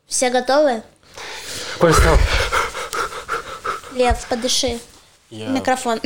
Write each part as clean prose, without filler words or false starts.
Все готовы? Коль встал. Лев, подыши. Микрофон.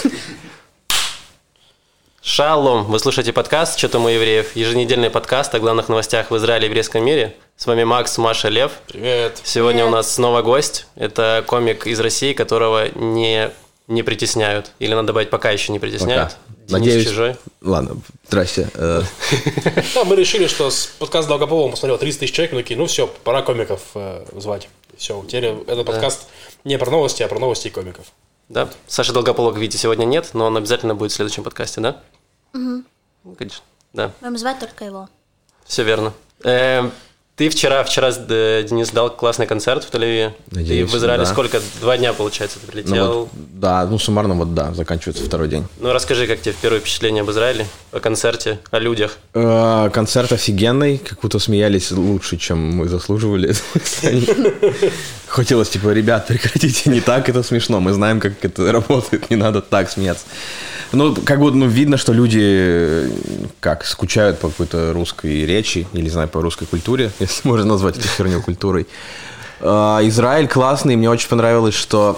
Шалом! Вы слушаете подкаст «Что там у евреев?» Еженедельный подкаст о главных новостях в Израиле и еврейском мире. С вами Макс, Маша, Лев. Привет. Сегодня Привет. у нас снова гость. Это комик из России, которого не притесняют. Или надо добавить, пока еще не притесняют. Пока. Денис Надеюсь. Чужой. Ладно, здрасте. Да, мы решили, что с подкаста Долгополова посмотрел 30 тысяч человек, мы такие, ну все, пора комиков звать. Все, теперь этот подкаст не про новости, а про новости и комиков. Да. Саша Долгополова, видите, сегодня нет, но он обязательно будет в следующем подкасте, да? Угу. Ну, конечно, да. Будем звать только его. Все верно. Ты вчера, Денис, дал классный концерт в Тель-Авиве. Надеюсь, Ты в Израиле да. сколько? 2 дня, получается, ты прилетел. Суммарно, заканчивается второй день. Ну, расскажи, как тебе первое впечатление об Израиле, о концерте, о людях. Концерт офигенный, как будто смеялись лучше, чем мы заслуживали. Хотелось, ребят, прекратите, не так это смешно, мы знаем, как это работает, не надо так смеяться. Ну, как будто, видно, что люди, скучают по какой-то русской речи, или, не знаю, по русской культуре, если можно назвать эту херню культурой. Израиль классный, мне очень понравилось, что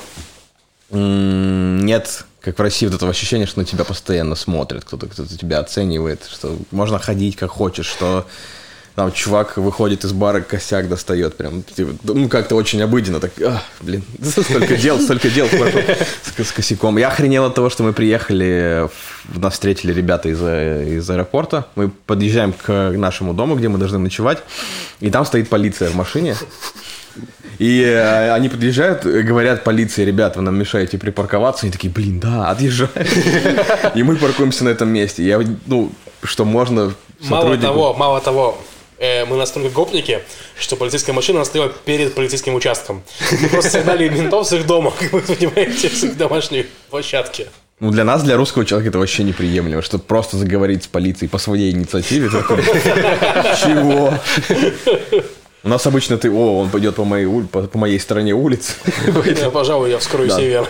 нет, как в России, вот этого ощущения, что на тебя постоянно смотрят, кто-то тебя оценивает, что можно ходить как хочешь, что там чувак выходит из бара, косяк достает, прям, как-то очень обыденно, так, столько дел с косяком. Я охренел от того, что мы приехали, нас встретили ребята из аэропорта, мы подъезжаем к нашему дому, где мы должны ночевать, и там стоит полиция в машине. И они подъезжают, говорят полиции: ребят, вы нам мешаете припарковаться. Они такие: да, отъезжаем. И мы паркуемся на этом месте. Что можно... Мало того, мы настолько гопники, что полицейская машина стояла перед полицейским участком. Мы просто согнали ментов с их дома, как вы понимаете, с их домашней площадки. Для нас, для русского человека, это вообще неприемлемо, чтобы просто заговорить с полицией по своей инициативе. Чего? У нас обычно он пойдет по моей стороне улицы. Пожалуй, я вскрою север.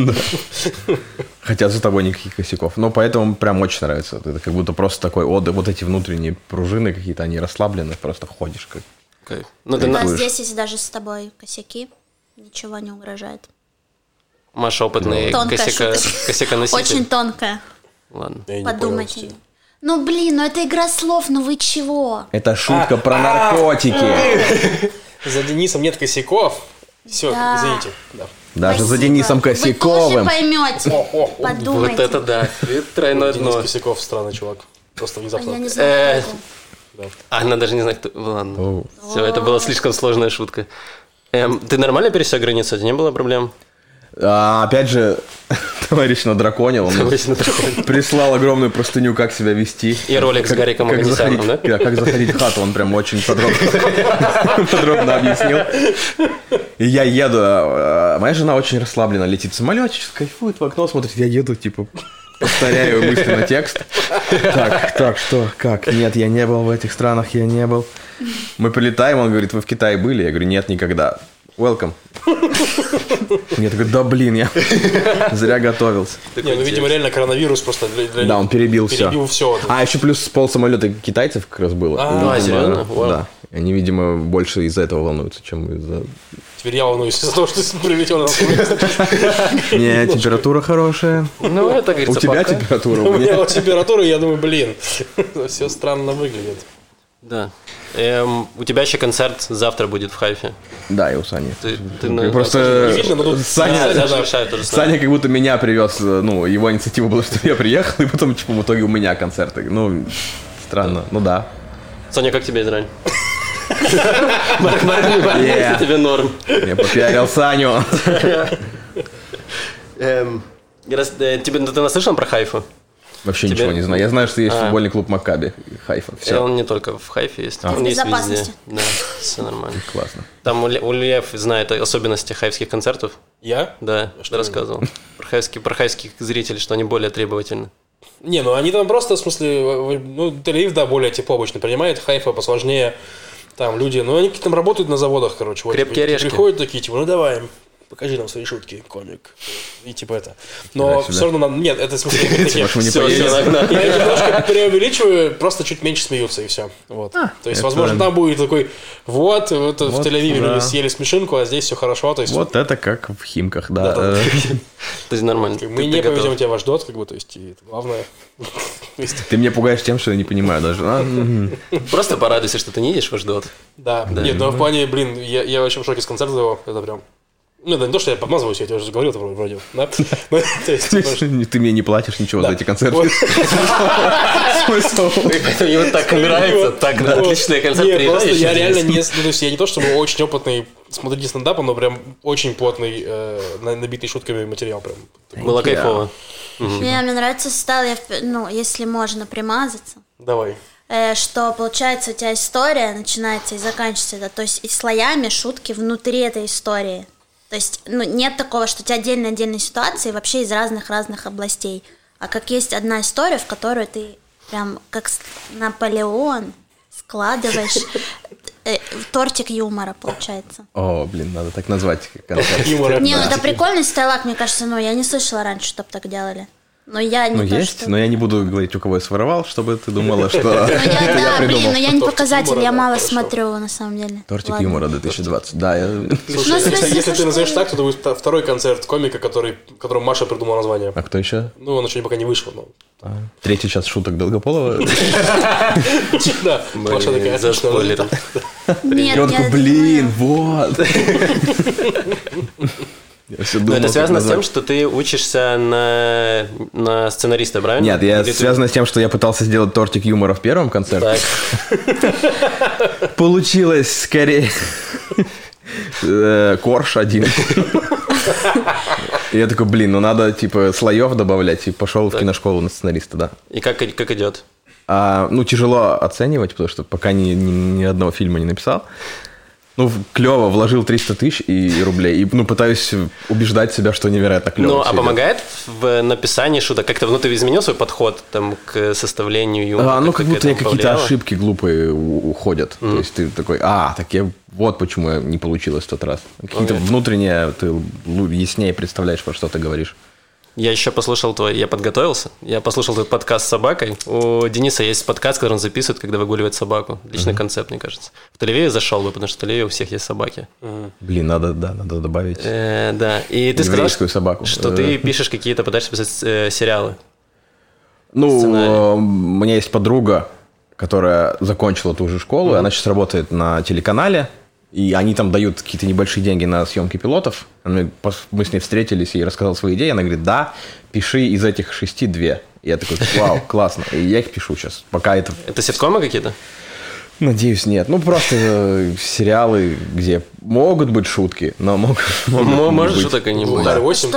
Хотя за тобой никаких косяков. Но поэтому прям очень нравится. Это как будто просто такой отдых. Вот эти внутренние пружины какие-то, они расслаблены, просто ходишь. Кайф. У нас здесь, если даже с тобой косяки, ничего не угрожает. Маша опытный косяконоситель. Очень тонкая. Ладно. Подумайте. Это игра слов, вы чего? Это шутка про наркотики. За Денисом нет косяков. Все, извините. Даже Спасибо. за Денисом Косяковым. Вы тоже поймете. Подумайте. Вот это да. Тройное Денис дно. Косяков странный чувак. Просто внезапно. Я не знаю, кто это. Она даже не знает, кто... Ладно. Все, это была слишком сложная шутка. Ты нормально пересек границу? Это не было проблем? Опять же, товарищ надраконил. Он прислал огромную простыню, как себя вести. И ролик с Гариком Оганесяном, да? Как заходить в хату, он прям очень подробно объяснил. И я еду, моя жена очень расслаблена, летит в самолете, кайфует в окно, смотрит, я еду, повторяю мысленно текст. Так, что, как? Нет, я не был в этих странах, я не был. Мы прилетаем, он говорит: вы в Китае были? Я говорю: нет, никогда. Welcome. Я такой: я зря готовился. Видимо, реально коронавирус просто... Да, он перебил все. А еще плюс полсамолета китайцев как раз было. Серьезно? Да. Они, видимо, больше из-за этого волнуются, чем из-за... Теперь я волнуюсь из-за того, что ты прилетел на нас. Не, температура хорошая. Это, говорится, У тебя пока. температура? У меня температура, я думаю, все странно выглядит. Да. У тебя еще концерт завтра будет в Хайфе. Да, и у Сани. Не видно, но тут Саня как будто меня привез, его инициатива была, что я приехал, и потом, в итоге у меня концерты. Странно, да. Соня, как тебе Израиль? Марк, тебе норм. Я попиарил Саню. Ты наслышан про Хайфу? Вообще ничего не знаю. Я знаю, что есть футбольный клуб Макаби Хайфа. Все. Он не только в Хайфе есть. Он В есть безопасности. везде. Да, все нормально. Классно. Там у Лев знает особенности хайфских концертов. Я? Да, что рассказывал. Про хайфских зрителей, что они более требовательны. Не, они там просто, в смысле, Тель-Авив, да, более побочно принимает, Хайфа посложнее. Там люди, они там работают на заводах, короче. Крепкие орешки. Приходят такие, давай. покажи нам свои шутки, комик. И типа это. Но все равно нам... Нет, это в смысле... Я немножко преувеличиваю, просто чуть меньше смеются, и все. Вот. То есть, возможно, там будет такой, вот в Тель-Авиве люди съели смешинку, а здесь все хорошо. Вот это как в Химках, да. То есть нормально. Мы не повезем тебя в Ашдод, как бы, то есть, главное... Ты меня пугаешь тем, что я не понимаю даже. Просто порадуйся, что ты не едешь в Ашдод. Да. Нет, но в плане, блин, я вообще в шоке с концерта его. Это прям... Ну, это не то, что я подмазываюсь, я тебе уже говорил, вроде. Да? Ты мне не платишь ничего за эти концерты. Ему так нравится, так отличный концерт. Нет, просто я реально не... То есть я не то, чтобы очень опытный смотритель стендапа, но прям очень плотный, набитый шутками материал прям. Было кайфово. Мне нравится стал, если можно примазаться. Давай. Что получается у тебя история начинается и заканчивается, то есть и слоями шутки внутри этой истории. То есть нет такого, что у тебя отдельные ситуации вообще из разных областей, а как есть одна история, в которую ты прям как Наполеон складываешь тортик юмора, получается. О, блин, надо так назвать концерт. Не, это прикольный стайлак, мне кажется, я не слышала раньше, чтобы так делали. Но я не есть, но я не буду говорить, у кого я своровал, чтобы ты думала, что я придумал. Но я не показатель, я мало смотрю, на самом деле. Тортик юмора 2020, да. Слушай, если ты назовешь так, то это будет второй концерт комика, которому Маша придумала название. А кто еще? Ну, он еще пока не вышел. Третий час шуток Долгополова. Да, Маша такая. За спойлером. Нет, блин, вот. Но это связано с тем, что ты учишься на сценариста, правильно? Нет, связано с тем, что я пытался сделать тортик юмора в первом концерте. Получилось скорее корж один. И я такой, блин, надо типа слоев добавлять. И пошел в киношколу на сценариста, да. И как идет? Тяжело оценивать, потому что пока ни одного фильма не написал. Клево, вложил 300 тысяч рублей, и пытаюсь убеждать себя, что невероятно клево. А помогает в написании шуток? Как-то внутри изменил свой подход как составлению юмора? Как будто какие-то ошибки глупые уходят. То есть ты такой, вот почему не получилось в тот раз. Какие-то внутренние, ты яснее представляешь, про что ты говоришь. Я еще послушал я подготовился, я послушал твой подкаст с собакой. У Дениса есть подкаст, который он записывает, когда выгуливает собаку. Отличный концепт, мне кажется. В Тель-Авиве зашел бы, потому что в Тель-Авиве у всех есть собаки. Блин, надо добавить да. И ты еврейскую собаку. Что ты пишешь пытаешься писать сериалы. У меня есть подруга, которая закончила ту же школу, и она сейчас работает на телеканале. И они там дают какие-то небольшие деньги на съемки пилотов. Мы с ней встретились, и рассказал свои идеи. Она говорит, да, пиши из этих 6 2. И я такой, вау, классно. И я их пишу сейчас. Пока это... Это ситкомы какие-то? Надеюсь, нет. Просто сериалы, где могут быть шутки, но могут Может, быть... шуток и не будет.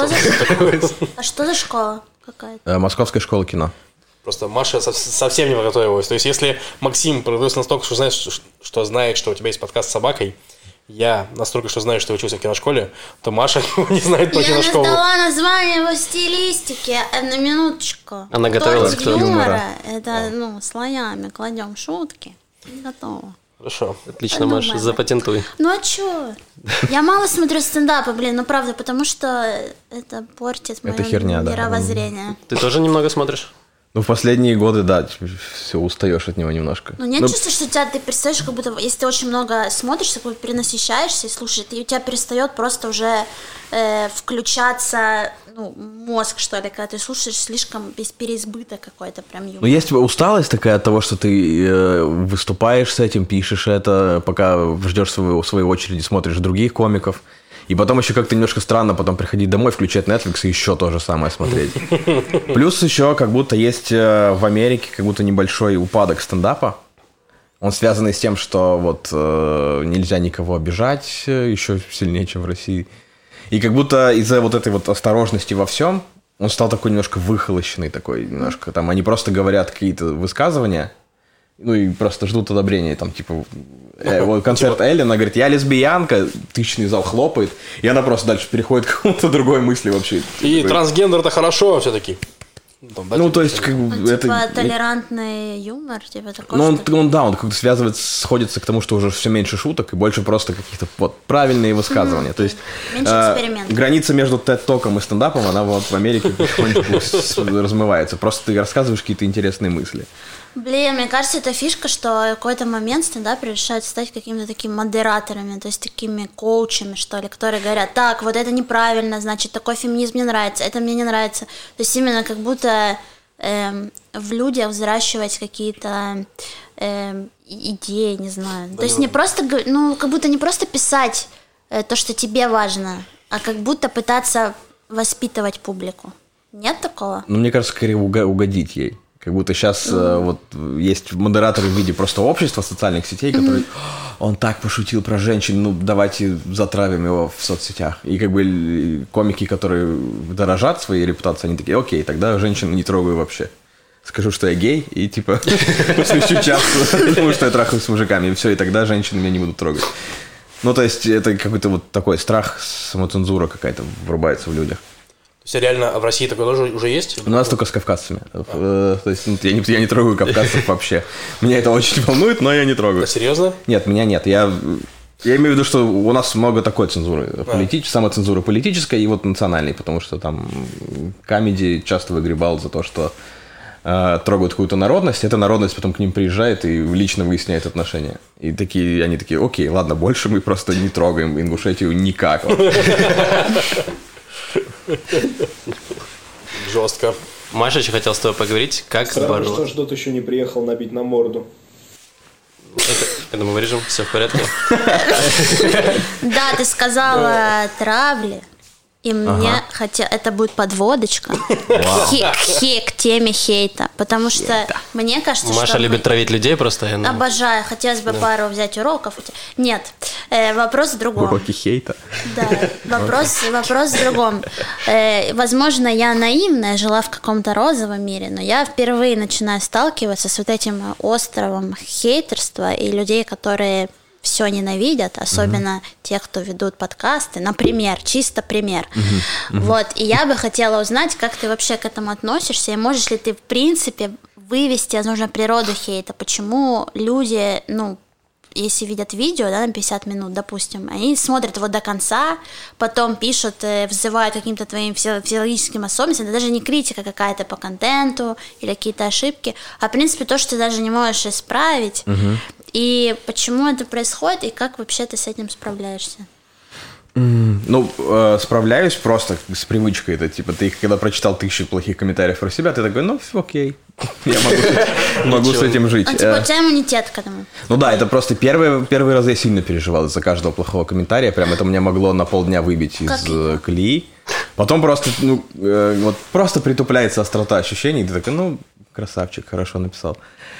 А что за школа какая-то? Московская школа кино. Просто Маша совсем не подготовилась. То есть, если Максим продается настолько, что знает, что у тебя есть подкаст с собакой, я настолько, что знаю, что учился в киношколе, то Маша не знает про киношколу. Я назвала название его стилистики, на минуточку. Она готовилась к юмора. Это, слоями кладем шутки. Готово. Хорошо. Отлично, Маша, запатентуй. А чё? Я мало смотрю стендапы, правда, потому что это портит мое мировоззрение. Ты тоже немного смотришь? В последние годы, да, все, устаешь от него немножко. Нет чувства, что ты перестаешь, как будто, если ты очень много смотришь, ты перенасыщаешься и слушаешь, и у тебя перестает просто уже включаться, мозг, что ли, когда ты слушаешь слишком без переизбыток какой-то прям юмор. Есть усталость такая от того, что ты выступаешь с этим, пишешь это, пока ждешь своей очереди, смотришь других комиков. И потом еще как-то немножко странно потом приходить домой, включать Netflix и еще то же самое смотреть. Плюс еще как будто есть в Америке как будто небольшой упадок стендапа. Он связан с тем, что нельзя никого обижать еще сильнее, чем в России. И как будто из-за этой осторожности во всем он стал такой немножко выхолощенный такой немножко. Там они просто говорят какие-то высказывания, и просто ждут одобрения, концерт Элли, она говорит, я лесбиянка, тысячный зал хлопает, и она просто дальше переходит к какой-то другой мысли вообще. И трансгендер это хорошо все-таки. То есть, как бы... Типа толерантный юмор, типа такой. Он как-то сходится к тому, что уже все меньше шуток и больше просто каких-то правильные высказывания. То есть, меньше экспериментов. Граница между TED-током и стендапом, она в Америке потихонечку размывается. Просто ты рассказываешь какие-то интересные мысли. Блин, мне кажется, это фишка, что в какой-то момент стендаперы решают стать какими-то такими модераторами, то есть такими коучами, что ли, которые говорят, так, вот это неправильно, значит, такой феминизм мне нравится, это мне не нравится. То есть именно как будто в людях взращивать какие-то идеи, не знаю. То есть не просто, как будто не просто писать то, что тебе важно, а как будто пытаться воспитывать публику. Нет такого? Мне кажется, скорее угодить ей. Как будто сейчас есть модераторы в виде просто общества социальных сетей, которые он так пошутил про женщин, давайте затравим его в соцсетях. И как бы комики, которые дорожат своей репутацией, они такие, окей, тогда женщин не трогаю вообще. Скажу, что я гей, и типа посвящу час, потому что я трахаюсь с мужиками, и все, и тогда женщины меня не будут трогать. То есть это какой-то вот такой страх, самоцензура какая-то врубается в людях. То есть реально в России такое тоже уже есть? У нас только с кавказцами. То есть я не трогаю кавказцев вообще. Меня это очень волнует, но я не трогаю. А серьезно? Нет, меня нет. Я имею в виду, что у нас много такой цензуры. Самоцензуры политической и вот национальной, потому что там Камеди часто выгребал за то, что трогают какую-то народность, эта народность потом к ним приезжает и лично выясняет отношения. И они такие, окей, ладно, больше мы просто не трогаем Ингушетию никак. Жестко. Маша еще хотел с тобой поговорить, как Странно, что тот еще не приехал набить на морду. Это мы вырежем, все в порядке. Да, ты сказала травли. И мне это будет подводочка к теме хейта, потому что мне кажется, Маша любит травить людей просто. Обожаю, хотелось бы пару взять уроков. Нет, вопрос в другом. Уроки хейта? Да, вопрос в другом. Возможно, я наивная, жила в каком-то розовом мире, но я впервые начинаю сталкиваться с вот этим островом хейтерства и людей, которые все ненавидят, особенно те, кто ведут подкасты. Например, чисто пример. Вот, и я бы хотела узнать, как ты вообще к этому относишься, и можешь ли ты, в принципе, вывести, возможно, природу хейта. Почему люди, если видят видео, да, на 50 минут, допустим, они смотрят его до конца, потом пишут, взывают каким-то твоим физиологическим особенностям, это даже не критика какая-то по контенту или какие-то ошибки, а, в принципе, то, что ты даже не можешь исправить. И почему это происходит, и как вообще ты с этим справляешься? Справляюсь просто с привычкой. Это типа ты, когда прочитал 1000 плохих комментариев про себя, ты такой, окей, я могу с этим жить. У тебя иммунитет к этому. Да, это просто первый раз я сильно переживал из-за каждого плохого комментария. Прям это меня могло на полдня выбить из колеи. Потом просто притупляется острота ощущений. Ты такой, красавчик, хорошо написал.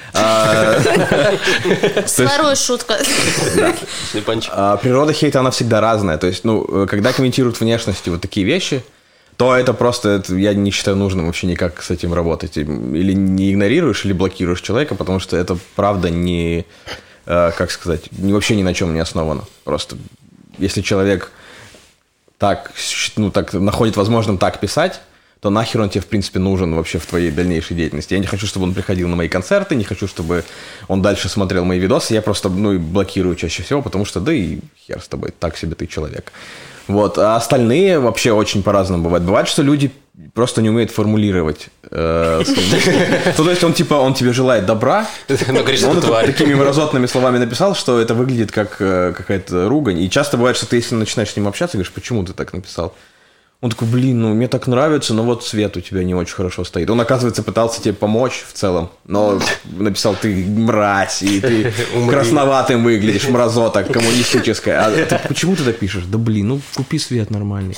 Сварую шутку. Природа хейта, она всегда разная. То есть, когда комментируют внешностью вот такие вещи, то это просто, я не считаю нужным вообще никак с этим работать. Или не игнорируешь, или блокируешь человека, потому что это правда не, вообще ни на чем не основано. Просто если человек так находит возможным так писать, то нахер он тебе, в принципе, нужен вообще в твоей дальнейшей деятельности. Я не хочу, чтобы он приходил на мои концерты, не хочу, чтобы он дальше смотрел мои видосы. Я просто, блокирую чаще всего, потому что, и хер с тобой, так себе ты человек. Вот. А остальные вообще очень по-разному бывает. Бывает, что люди просто не умеют формулировать. То есть он тебе желает добра, но он такими мразотными словами написал, что это выглядит как какая-то ругань. И часто бывает, что ты, если начинаешь с ним общаться, говоришь, почему ты так написал? Он такой, мне так нравится, но вот цвет у тебя не очень хорошо стоит. Он, оказывается, пытался тебе помочь в целом, но написал, ты мразь, и ты красноватым выглядишь, мразота коммунистическая. А ты почему ты так пишешь? Да купи свет нормальный.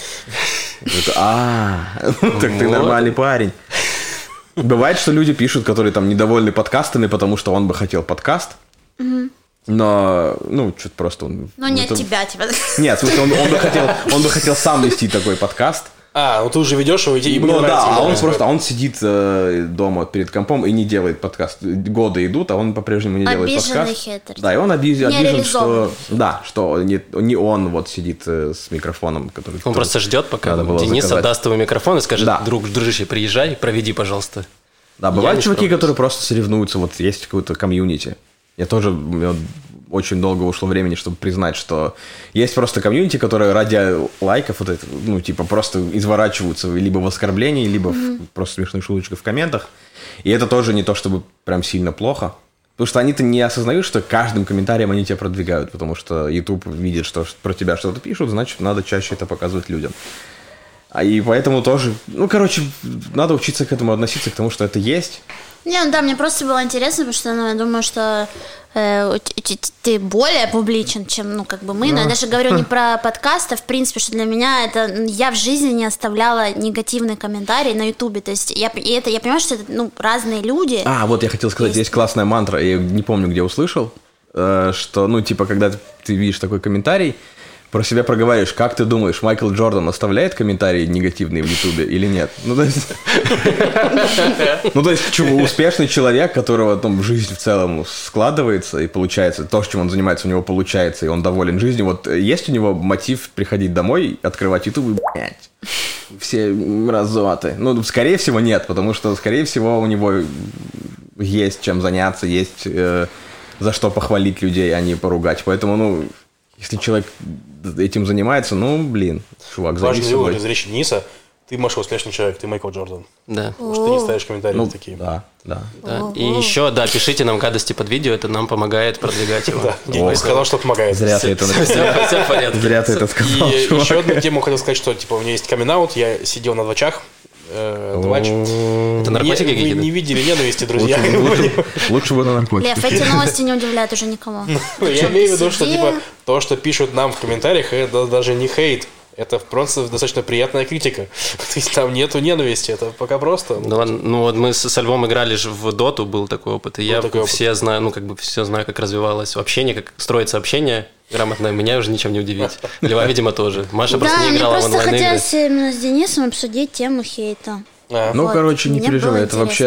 Так ты нормальный парень. Бывает, что люди пишут, которые там недовольны подкастами, потому что он бы хотел подкаст. Но, что-то просто он... не от тебя. Нет, в смысле, он бы хотел сам вести такой подкаст, Ну ты уже ведешь его, и ну да, он сидит дома перед компом и не делает подкаст. Годы идут, а он по-прежнему не делает подкаст. Обиженный хейтер. Да, и он обижен, что не он вот сидит с микрофоном, который... Он просто ждет, пока Денис отдаст ему микрофон и скажет: дружище, приезжай, проведи, пожалуйста. Да, бывают чуваки, которые просто соревнуются, вот есть какое-то комьюнити. Я тоже... Очень долго ушло времени, чтобы признать, что есть просто комьюнити, которые ради лайков вот это, ну, типа, просто изворачиваются либо в оскорблении, либо в просто смешных шуточках в комментах. И это тоже не то, чтобы прям сильно плохо. Потому что они-то не осознают, что каждым комментарием они тебя продвигают, потому что YouTube видит, что про тебя что-то пишут, значит, надо чаще это показывать людям. И поэтому тоже, надо учиться к этому относиться, к тому, что это есть. Мне просто было интересно, потому что, я думаю, что ты более публичен, чем, мы. Но я даже говорю не про подкасты, в принципе, что для меня это... Я в жизни не оставляла негативный комментарий на Ютубе. То есть я понимаю, что это, разные люди. Вот я хотел сказать, есть классная мантра, я не помню, где услышал, что, когда ты видишь такой комментарий, про себя проговариваешь, как ты думаешь, Майкл Джордан оставляет комментарии негативные в Ютубе или нет? То есть, успешный человек, которого там жизнь в целом складывается и получается, то, чем он занимается, у него получается, и он доволен жизнью, вот есть у него мотив приходить домой, открывать Ютуб и, все мразоты. Скорее всего, нет, потому что, скорее всего, у него есть чем заняться, есть за что похвалить людей, а не поругать. Поэтому, если человек этим занимается, чувак, зайди с собой. Из речи Дениса, ты, Маша, успешный человек, ты Майкл Джордан. Да. Потому что ты не ставишь комментарии такие. Да. И еще, пишите нам гадости под видео, это нам помогает продвигать его. Да, Денис сказал, что помогает. Зря ты это написал. Зря ты это сказал. И еще одну тему хотел сказать, что, у меня есть камин-аут, я сидел на двачах. Это наркотики какие-то? Вы не видели ненависти, друзья. Лучше бы на наркотики. Лев, эти новости не удивляют уже никого. Я имею в виду, что то, что пишут нам в комментариях, это даже не хейт. Это просто достаточно приятная критика. То есть там нету ненависти, это пока просто. Мы со Львом играли же в доту, был такой опыт. И я все знаю, все знаю, как развивалось общение, как строится общение грамотно. Меня уже ничем не удивить. Льва, видимо, тоже. Маша просто не играла в онлайн-игры. Да, мне просто хотелось именно с Денисом обсудить тему хейта. Не переживай, это вообще,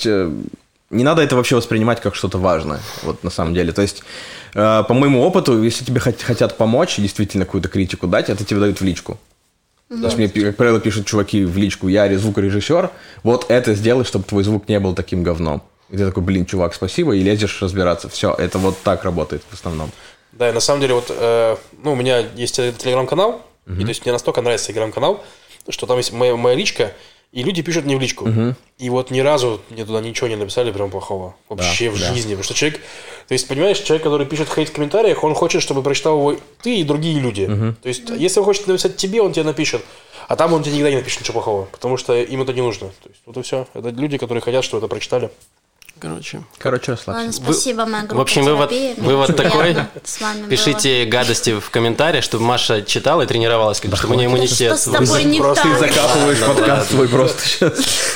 не надо это вообще воспринимать как что-то важное, вот на самом деле. То есть, по моему опыту, если тебе хотят помочь, действительно какую-то критику дать, это тебе дают в личку. То есть мне, как правило, пишут чуваки в личку: я звукорежиссер, вот это сделай, чтобы твой звук не был таким говном. И ты такой: чувак, спасибо, и лезешь разбираться. Все, это вот так работает в основном. Да, и на самом деле, у меня есть телеграм-канал, и то есть мне настолько нравится телеграм-канал, что там есть моя личка, и люди пишут мне в личку. И вот ни разу мне туда ничего не написали прям плохого. Вообще в жизни. Потому что человек... То есть, понимаешь, человек, который пишет хейт в комментариях, он хочет, чтобы прочитал его ты и другие люди. То есть, если он хочет написать тебе, он тебе напишет. А там он тебе никогда не напишет ничего плохого. Потому что им это не нужно. То есть, вот и все. Это люди, которые хотят, чтобы это прочитали. Короче, расслабься. Спасибо, моя группа. В общем, вывод такой. Пишите гадости в комментариях, чтобы Маша читала и тренировалась, чтобы у нее иммунитет. Что с тобой не так? Просто закапываешь подкаст свой просто сейчас.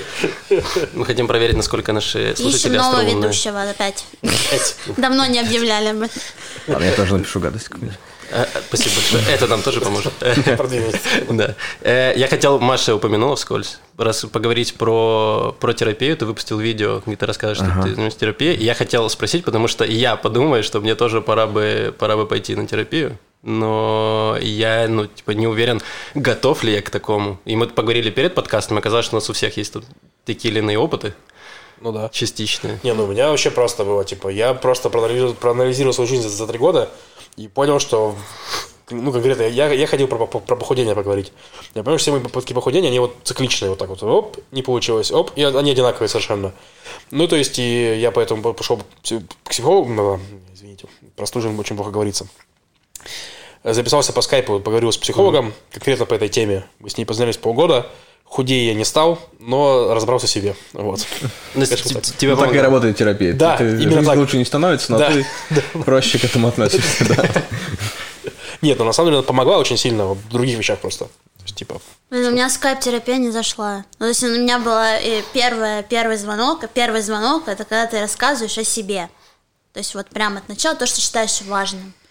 Мы хотим проверить, насколько наши слушатели остроумные. Ищем нового остроумные. ведущего опять. Давно не объявляли об этом. Ладно, я тоже напишу гадость какую-нибудь. Спасибо большое. Это нам тоже поможет. Да. Я хотел, Маша упомянула вскользь, раз поговорить про терапию. Ты выпустил видео, где ты рассказываешь, что ты занимаешься терапией. И я хотел спросить, потому что я подумаю, что мне тоже пора бы пойти на терапию. Но я, не уверен, готов ли я к такому. И мы поговорили перед подкастом, оказалось, что у нас у всех есть тут такие или иные опыты. Да. Частичные. У меня вообще просто было, я просто проанализировал свою жизнь за 3 года и понял, что, конкретно, я хотел про похудение поговорить. Я понял, что все мои попытки похудения, они вот цикличные, вот так вот, оп, не получилось, оп, и они одинаковые совершенно. То есть, и я поэтому пошел к психологу, извините, простужен, очень плохо говорится. Записался по скайпу, поговорил с психологом, конкретно по этой теме. Мы с ней познакомились полгода. Худее я не стал, но разобрался в себе. Вот. Так и работает терапия. Да, именно так. Лучше не становится, но ты проще к этому относишься. Нет, на самом деле она помогла очень сильно в других вещах просто. У меня скайп-терапия не зашла. То есть у меня был первый звонок. Первый звонок – это когда ты рассказываешь о себе. То есть вот прямо от начала то, что считаешь важным.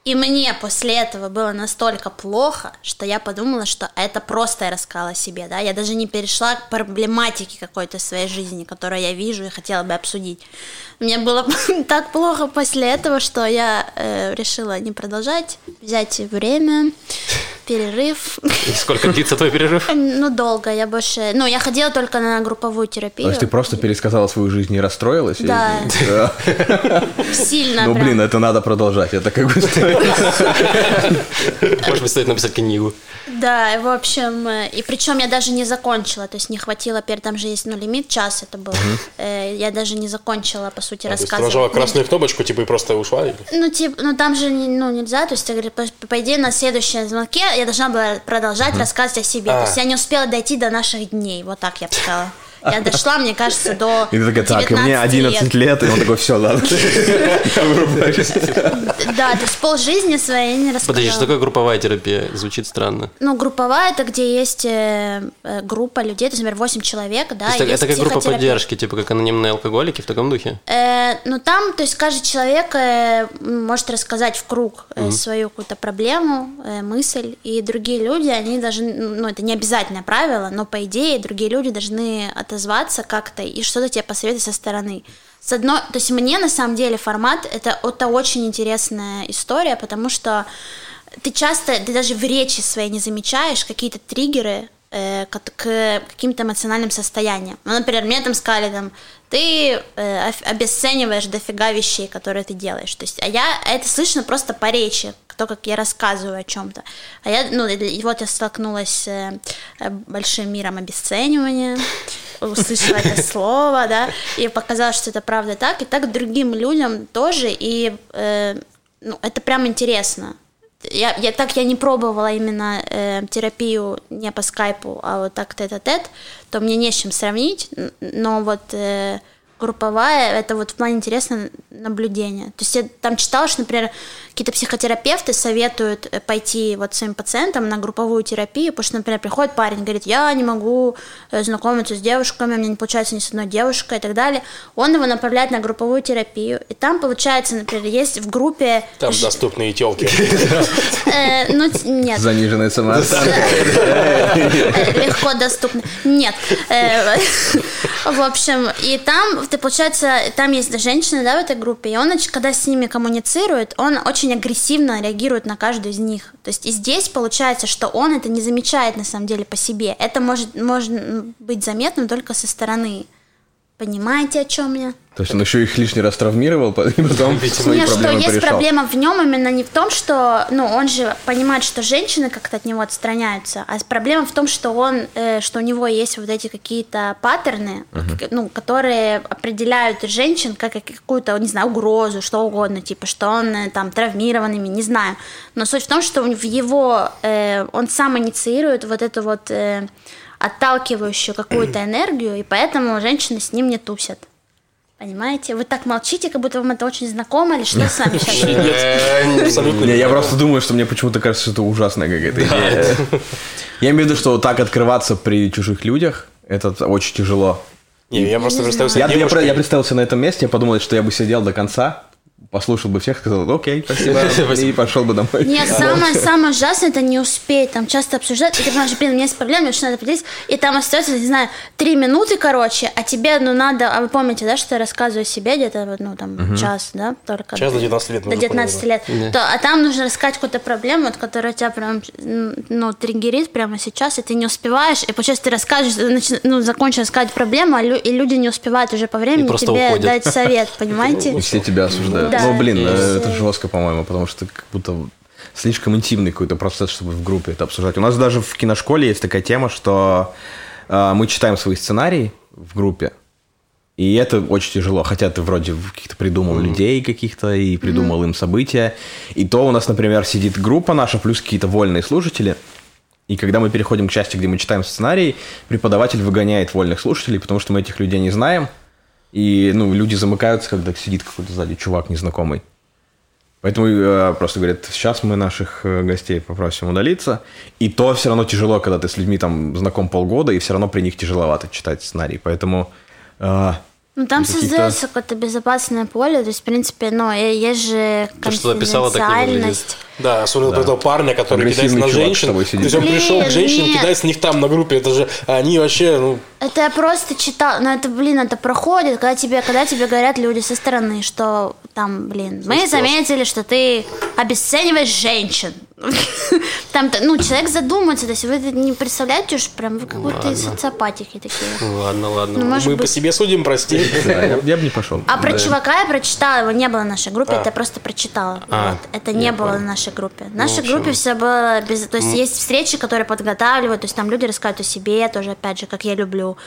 И мне после этого было настолько плохо, что я подумала, что это просто я рассказала о себе, да, я даже не перешла к проблематике какой-то своей жизни, которую я вижу и хотела бы обсудить. Мне было так плохо после этого, что я решила не продолжать, взять время, перерыв. И сколько длится твой перерыв? Ну, долго, я больше... Ну, я ходила только на групповую терапию. То есть ты просто пересказала свою жизнь и расстроилась? Да. Сильно. Ну, блин, это надо продолжать, это как бы стоит. Может быть, стоит написать книгу. Да, в общем, и причем я даже не закончила, то есть не хватило, там же есть, лимит, час это был. Я даже не закончила, по сути, рассказывать. То есть ты нажала красную кнопочку, типа, и просто ушла? Там же, нельзя, то есть, я говорю, по идее, на следующем звонке я должна была продолжать рассказывать о себе, то есть я не успела дойти до наших дней, вот так я бы сказала. Я дошла, мне кажется, до 19 лет. И ты такая, так, и мне 11 лет, и он такой, все, ладно. Да, то есть полжизни своей я не рассказала. Подожди, что такое групповая терапия? Звучит странно. Ну, групповая, это где есть группа людей, то есть, например, 8 человек, да. Это как группа поддержки, типа как анонимные алкоголики, в таком духе? Ну, там, то есть, каждый человек может рассказать в круг свою какую-то проблему, мысль, и другие люди, они даже, это не обязательное правило, но, по идее, другие люди должны отозваться как-то и что-то тебе посоветовать со стороны. То есть мне на самом деле формат это очень интересная история, потому что ты даже в речи своей не замечаешь какие-то триггеры к каким-то эмоциональным состояниям. Ну, например, мне там сказали, ты обесцениваешь дофига вещей, которые ты делаешь. То есть, это слышно просто по речи, то, как я рассказываю о чем-то. И вот я столкнулась с большим миром обесценивания, услышала это слово, да, и показалось, что это правда так, и так другим людям тоже, и это прям интересно. Я не пробовала именно терапию не по скайпу, а вот так тет-а-тет, то мне не с чем сравнить, но вот групповая, это вот в плане интересного наблюдения. То есть я там читала, что, например, какие-то психотерапевты советуют пойти вот своим пациентам на групповую терапию, потому что, например, приходит парень, говорит, я не могу знакомиться с девушками, у меня не получается ни с одной девушкой и так далее. Он его направляет на групповую терапию, и там, получается, например, есть в группе... Там доступные тёлки. Нет. Заниженная самооценка. Легко доступно. Нет. В общем, и там, получается, там есть женщины, да, в этой группе, и он, когда с ними коммуницирует, он очень агрессивно реагирует на каждую из них. То есть и здесь получается, что он это не замечает на самом деле по себе. Это может быть заметно только со стороны. Понимаете, о чем я? То есть он еще их лишний раз травмировал, и потом свои Нет, проблемы что есть порешал. проблема в нем именно не в том, что, он же понимает, что женщины как-то от него отстраняются, а проблема в том, что что у него есть вот эти какие-то паттерны, которые определяют женщин как какую-то, не знаю, угрозу, что угодно, типа, что он там травмированными, не знаю. Но суть в том, что в его, он сам инициирует вот эту вот отталкивающую какую-то энергию, и поэтому женщины с ним не тусят. Понимаете? Вы так молчите, как будто вам это очень знакомо, или что с вами сейчас? Абсолютно. Я просто думаю, что мне почему-то кажется, что это ужасная какая-то идея. Я имею в виду, что так открываться при чужих людях, это очень тяжело. Я просто представился Я представился на этом месте, я подумал, что я бы сидел до конца, послушал бы всех, сказал, окей, спасибо, и пошел бы домой. Нет, самое ужасное, это не успеть, там часто обсуждать, и ты понимаешь, блин, у меня есть проблема, мне что надо поделиться, и там остается, не знаю, 3 минуты, короче, а тебе, надо, а вы помните, да, что я рассказываю о себе где-то, час, да, только. Час до 19 лет. До 19 лет. А там нужно рассказать какую-то проблему, которая тебя прям, триггерит прямо сейчас, и ты не успеваешь, и получается, ты расскажешь, закончишь рассказывать проблему, и люди не успевают уже по времени тебе уходят. Дать совет, понимаете? И все тебя осуждают. Да. Это жестко, по-моему, потому что как будто слишком интимный какой-то процесс, чтобы в группе это обсуждать. У нас даже в киношколе есть такая тема, что мы читаем свои сценарии в группе, и это очень тяжело, хотя ты вроде каких-то придумал людей каких-то и придумал им события. И то у нас, например, сидит группа наша, плюс какие-то вольные слушатели, и когда мы переходим к части, где мы читаем сценарий, преподаватель выгоняет вольных слушателей, потому что мы этих людей не знаем. И, люди замыкаются, когда сидит какой-то сзади чувак незнакомый. Поэтому просто говорят, сейчас мы наших гостей попросим удалиться. И то все равно тяжело, когда ты с людьми там знаком полгода, и все равно при них тяжеловато читать сценарий. Поэтому Ну, там создается какое-то безопасное поле, то есть, в принципе, есть же конфиденциальность. Да, особенно про этого парня, который кидается на женщин. То есть он пришел к женщинам, кидается на них там на группе. Это же они вообще, Это я просто читала, но это проходит, когда тебе говорят люди со стороны, что там, мы заметили, что ты обесцениваешь женщин. Там, человек задумается, то есть вы не представляете уж, прям вы какой-то социопатики такие. Ладно. Мы по себе судим, прости. Я бы не пошел. А про чувака я прочитала, его не было в нашей группе, это я просто прочитала. Это не было в нашей группе. В нашей группе все было без... То есть есть встречи, которые подготавливают, то есть там люди рассказывают о себе тоже, опять же, как я люблю.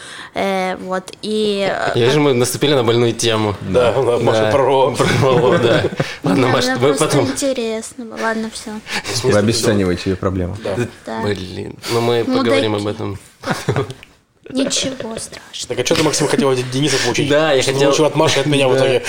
И... Мы наступили на больную тему. Да, Маша про да. Ладно, Маша, мы потом... интересно. Ладно, все. Вы обесцениваете ее проблему. Да. Блин, мы поговорим об этом. Ничего страшного. Так, а что ты, Максим, хотел от Дениса получить? Да, я хотел... Получил от Маши, от меня в итоге.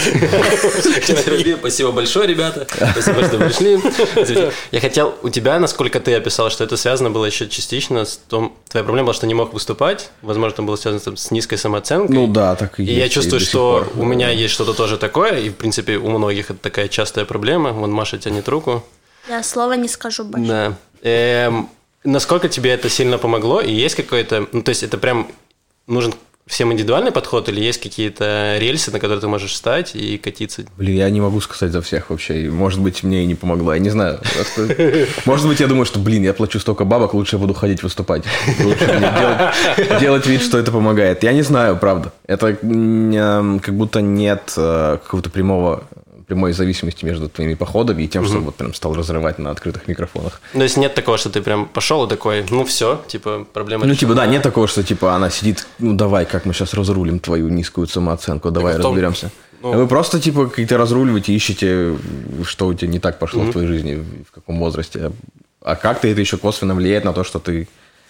Спасибо большое, ребята. Спасибо, что пришли. Я хотел у тебя, насколько ты описал, что это связано было еще частично с том... Твоя проблема была, что не мог выступать. Возможно, это было связано с низкой самооценкой. Ну да, так и есть. И я чувствую, что у меня есть что-то тоже такое. И, в принципе, у многих это такая частая проблема. Вон Маша тянет руку. Я слова не скажу больше. Да. Насколько тебе это сильно помогло? И есть какой-то... то есть это прям нужен всем индивидуальный подход? Или есть какие-то рельсы, на которые ты можешь встать и катиться? Блин, я не могу сказать за всех вообще. Может быть, мне и не помогло. Я не знаю. Может быть, я думаю, что, я плачу столько бабок, лучше я буду ходить выступать. Лучше мне делать вид, что это помогает. Я не знаю, правда. Это как будто нет какого-то прямой зависимости между твоими походами и тем, что вот прям стал разрывать на открытых микрофонах. То есть нет такого, что ты прям пошел и такой, все, проблема решена. Да, нет такого, что она сидит, давай, как мы сейчас разрулим твою низкую самооценку, давай разберемся. Вы просто, какие-то разруливаете, ищете, что у тебя не так пошло в твоей жизни, в каком возрасте. А как-то это еще косвенно влияет на то, что ты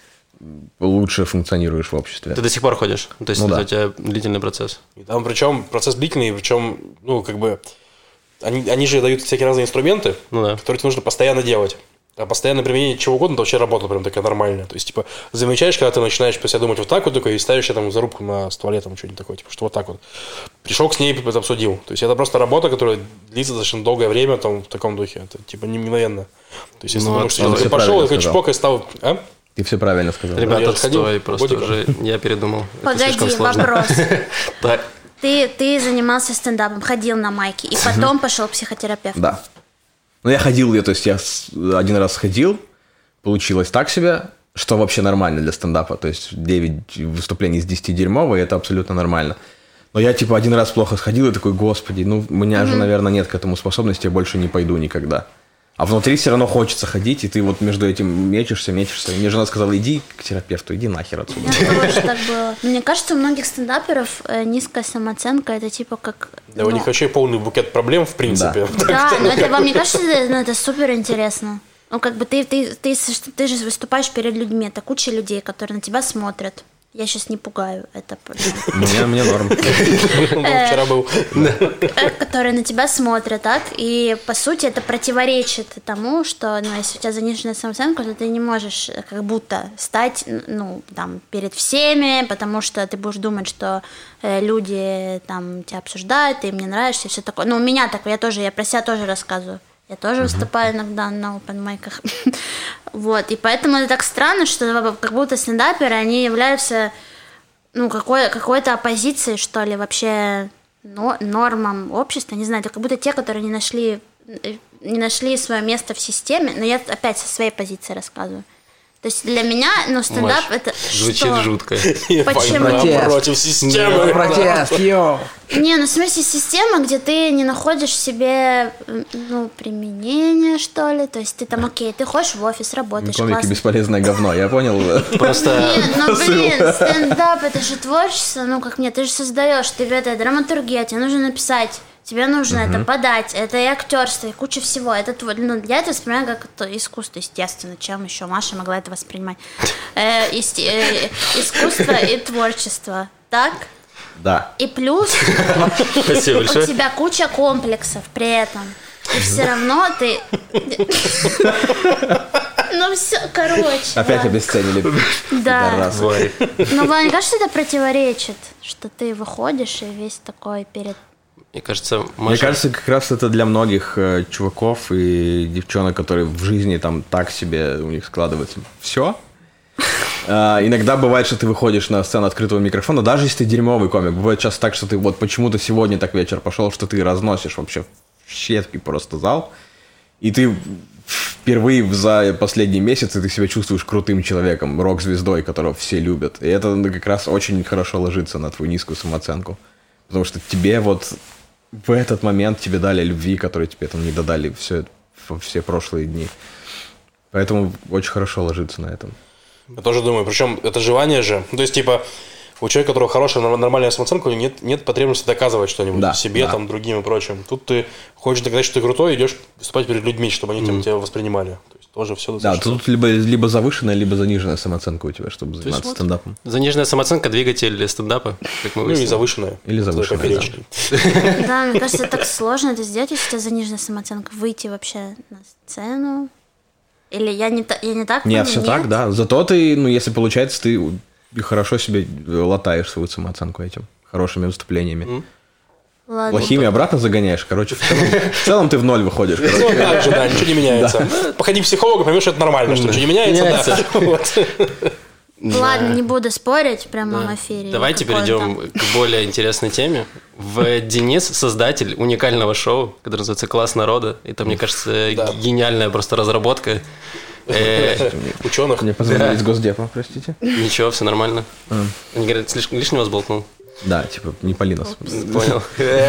лучше функционируешь в обществе. Ты до сих пор ходишь? То есть это у тебя длительный процесс? И там причем процесс длительный, причем, Они же дают всякие разные инструменты, которые тебе нужно постоянно делать. А постоянное применение чего угодно, это вообще работа прям такая нормальная. То есть, замечаешь, когда ты начинаешь по себе думать вот так вот, такой, и ставишь там зарубку на стволе, там что-нибудь такое, что вот так вот. Пришел к ней, это обсудил. То есть, это просто работа, которая длится достаточно долгое время, там, в таком духе. Это не мгновенно. То есть, если ты думаешь, что ты пошел, такой чпок и стал... Ты все правильно сказал. Ребята, отстой, просто уже я передумал. Погоди, вопрос. Ты занимался стендапом, ходил на майки, и потом пошел к психотерапевту. Да. Я ходил, я один раз сходил, получилось так себе, что вообще нормально для стендапа. То есть 9 выступлений из 10 дерьмово, и это абсолютно нормально. Но я один раз плохо сходил и такой, господи, у меня же, наверное, нет к этому способности, я больше не пойду никогда. А внутри все равно хочется ходить, и ты вот между этим мечешься. И мне жена сказала, иди к терапевту, иди нахер отсюда. У меня тоже так было. Мне кажется, у многих стендаперов низкая самооценка, это как... Да, у них вообще полный букет проблем, в принципе. Да, но это вам не кажется, это супер интересно? Ты же выступаешь перед людьми, это куча людей, которые на тебя смотрят. Я сейчас не пугаю, это... Мне норм. Вчера был. Которые на тебя смотрят, так? И, по сути, это противоречит тому, что, если у тебя заниженная самооценка, то ты не можешь как будто стать, перед всеми, потому что ты будешь думать, что люди там тебя обсуждают, ты им не нравишься, и все такое. У меня такое, я про себя тоже рассказываю. Я тоже выступаю иногда на опенмайках. И поэтому это так странно, что как будто стендаперы, они являются, какой-то оппозицией, что ли, вообще нормам общества. Не знаю, это как будто те, которые не нашли свое место в системе. Но я опять со своей позиции рассказываю. То есть для меня, стендап это звучит жутко. Почему? Против системы. Протест, йоу. В смысле система, где ты не находишь себе, применения, что ли. То есть ты там, ты ходишь в офис, работаешь, комики классно. бесполезное говно, я понял. Просто... Нет, стендап это же творчество, ты же создаешь, это драматургия, тебе нужно написать. Тебе нужно это подать, это и актерство, и куча всего. Это я это воспринимаю как искусство, естественно. Чем еще Маша могла это воспринимать? Искусство и творчество, так? Да. И плюс у тебя куча комплексов при этом. И все равно ты... все, короче. Опять обесценили. Да. Но мне кажется, это противоречит. что ты выходишь и весь такой перед... Мне кажется, как раз это для многих чуваков и девчонок, которые в жизни там так себе у них складывается все. Иногда бывает, что ты выходишь на сцену открытого микрофона, даже если ты дерьмовый комик. Бывает часто так, что ты вот почему-то сегодня так вечер пошел, что ты разносишь вообще в щепки просто зал. И ты впервые за последние месяцы ты себя чувствуешь крутым человеком, рок-звездой, которого все любят. И это как раз очень хорошо ложится на твою низкую самооценку. Потому что тебе вот в этот момент тебе дали любви, которые тебе там не додали все прошлые дни. Поэтому очень хорошо ложится на этом. Я тоже думаю, причем это желание же. То есть, типа, у человека, у которого хорошая, нормальная самооценка, нет потребности доказывать что-нибудь себе, там, другим и прочим. Тут ты хочешь доказать, что ты крутой, идешь выступать перед людьми, чтобы они тебя воспринимали. То есть, тоже все достаточно. Да, тут либо завышенная, либо заниженная самооценка у тебя, чтобы заниматься стендапом. Заниженная самооценка – двигатель стендапа, как мы выяснили. И завышенная. Или завышенная, Да, мне кажется, так сложно это сделать, если у тебя заниженная самооценка. Выйти вообще на сцену. Или я не так понимаю? Нет, все так, да. Зато ты, если получается, ты хорошо себе латаешь свою самооценку этим. Хорошими выступлениями. Ладно. Плохими обратно загоняешь. Короче, в целом ты в ноль выходишь. Ну, так же, да, ничего не меняется. Походи к психологу, поймешь, что это нормально, что ничего не меняется. Ладно, не буду спорить в прямом эфире. Давайте перейдем к более интересной теме. Денис создатель уникального шоу, которое называется «Класс народа». Это, мне кажется, гениальная просто разработка. Ученых. Мне позвонили из Госдепа, простите. Ничего, все нормально. Они говорят, слишком лишнего сболтнул. Да, типа, не пали нас. Понял.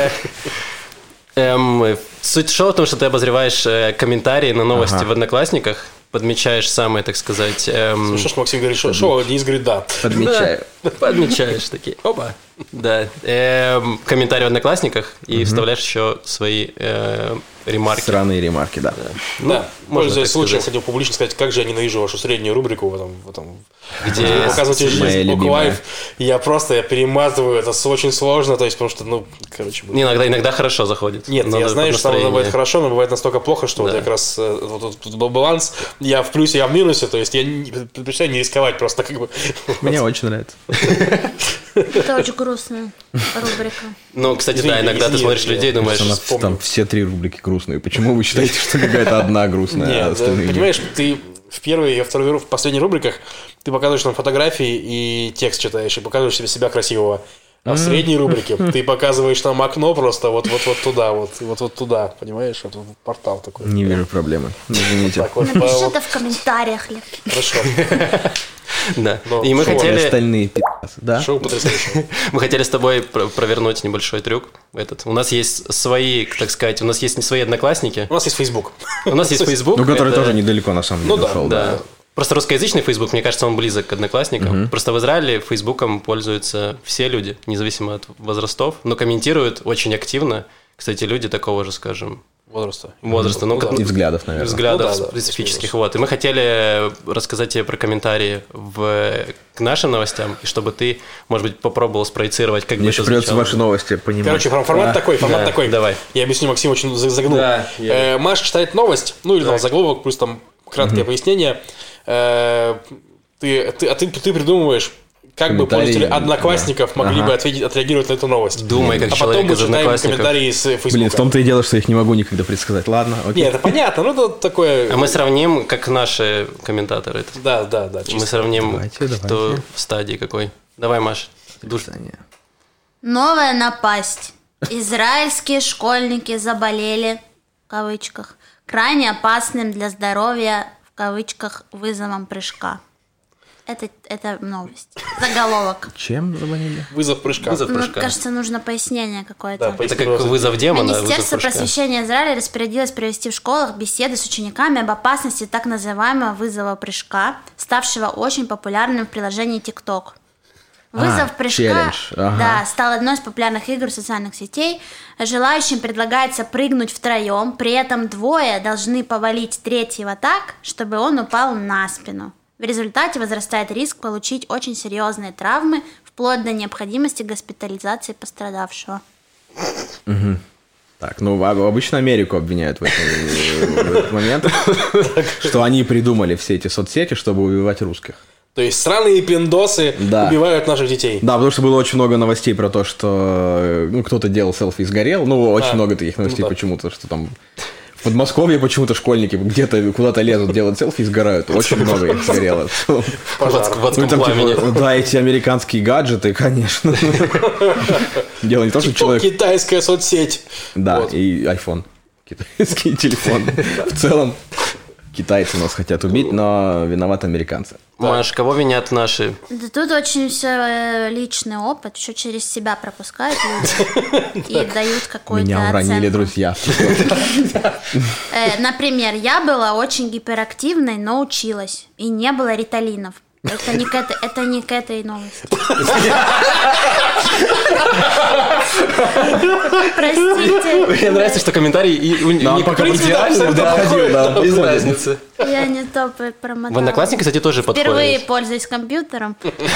Суть шоу в том, что ты обозреваешь комментарии на новости в Одноклассниках, подмечаешь самые, так сказать... Слышишь, Максим говорит, шоу, Денис говорит, да. Подмечаю. Подмечаешь такие, опа. Да. Комментарии в Одноклассниках и вставляешь еще свои ремарки. Странные ремарки, да. Да, пользуясь случаем, хотел публично сказать, как же я ненавижу вашу среднюю рубрику в этом где вы показываете жизнь, буквайф. Я перемазываю, это очень сложно, то есть, потому что, короче... Иногда хорошо заходит. Нет, я знаю, что там бывает хорошо, но бывает настолько плохо, что вот как раз тут был баланс, я в плюсе, я в минусе, то есть я предпочитаю не рисковать просто как бы. Мне очень нравится. Это очень грустная рубрика. Ну, кстати, да, иногда ты смотришь людей и думаешь... Там все 3 рубрики грустные. Почему вы считаете, что какая-то одна грустная, а остальные нет? Понимаешь, ты в первой и второй, в последних рубриках ты показываешь нам фотографии и текст читаешь, и показываешь себя красивого. А в средней рубрике ты показываешь там окно просто вот туда, вот туда, понимаешь? Вот портал такой. Не вижу проблемы. Извините. Напиши это в комментариях. Хорошо. Да. И мы хотели... Остальные пи***цы, да? Шоу потрясающее. Мы хотели с тобой провернуть небольшой трюк. У нас есть свои, так сказать, у нас есть не свои одноклассники. У нас есть Facebook. У нас есть Facebook. Ну, который тоже недалеко, на самом деле, дошел. Да. Просто русскоязычный Facebook, мне кажется, он близок к одноклассникам. Просто в Израиле Фейсбуком пользуются все люди, независимо от возрастов, но комментируют очень активно. Кстати, люди такого же, скажем... Возраста. И взглядов, наверное. Взглядов специфических. Вот. И мы хотели рассказать тебе про комментарии к нашим новостям, и чтобы ты, может быть, попробовал спроецировать, как бы это звучало. Мне придется ваши новости понимать. Короче, формат такой. Давай. Я объясню, Максим очень загнул. Маша читает новость, или там заголовок, плюс там краткое пояснение. Ты придумываешь, как бы пользователи Одноклассников могли бы отреагировать на эту новость. Думай, как человек из Одноклассников. А потом мы читаем комментарии с Фейсбука. Блин, в том-то и дело, что я их не могу никогда предсказать. Ладно, окей. Нет, это понятно, это такое... А мы сравним, как наши комментаторы. Да. Мы сравним, кто в стадии какой. Давай, Маш. Новая напасть. Израильские школьники заболели, в кавычках, крайне опасным для здоровья, в кавычках, вызовом прыжка. Это новость. Заголовок. Чем заболели? Вызов прыжка. Кажется, нужно пояснение какое-то. Это как вызов демона. Министерство просвещения Израиля распорядилось провести в школах беседы с учениками об опасности так называемого вызова прыжка, ставшего очень популярным в приложении TikTok. Вызов прыжка стал одной из популярных игр социальных сетей. Желающим предлагается прыгнуть втроем, при этом двое должны повалить третьего так, чтобы он упал на спину. В результате возрастает риск получить очень серьезные травмы, вплоть до необходимости госпитализации пострадавшего. Так, обычно Америку обвиняют в этот момент, что они придумали все эти соцсети, чтобы убивать русских. То есть сраные пиндосы убивают наших детей. Да, потому что было очень много новостей про то, что кто-то делал селфи и сгорел. Ну, очень много таких новостей почему-то, что там в Подмосковье почему-то школьники где-то куда-то лезут, делают селфи и сгорают. Очень много их сгорело. В адском пламени. Да, эти американские гаджеты, конечно. Дело не то, что человек... Китайская соцсеть. Да, и iPhone. Китайский телефон. В целом, китайцы нас хотят убить, но виноваты американцы. Маш, кого винят наши? Да тут очень все личный опыт, что через себя пропускают люди и дают какую-то Меня уронили друзья. Например, я была очень гиперактивной, но училась, и не было риталинов. Это не к этой новости. Простите. Мне нравится, что комментарий не пока идеально, да, без разницы. Я не то промотала. В Одноклассники, кстати, тоже подходит. Впервые пользуюсь компьютером.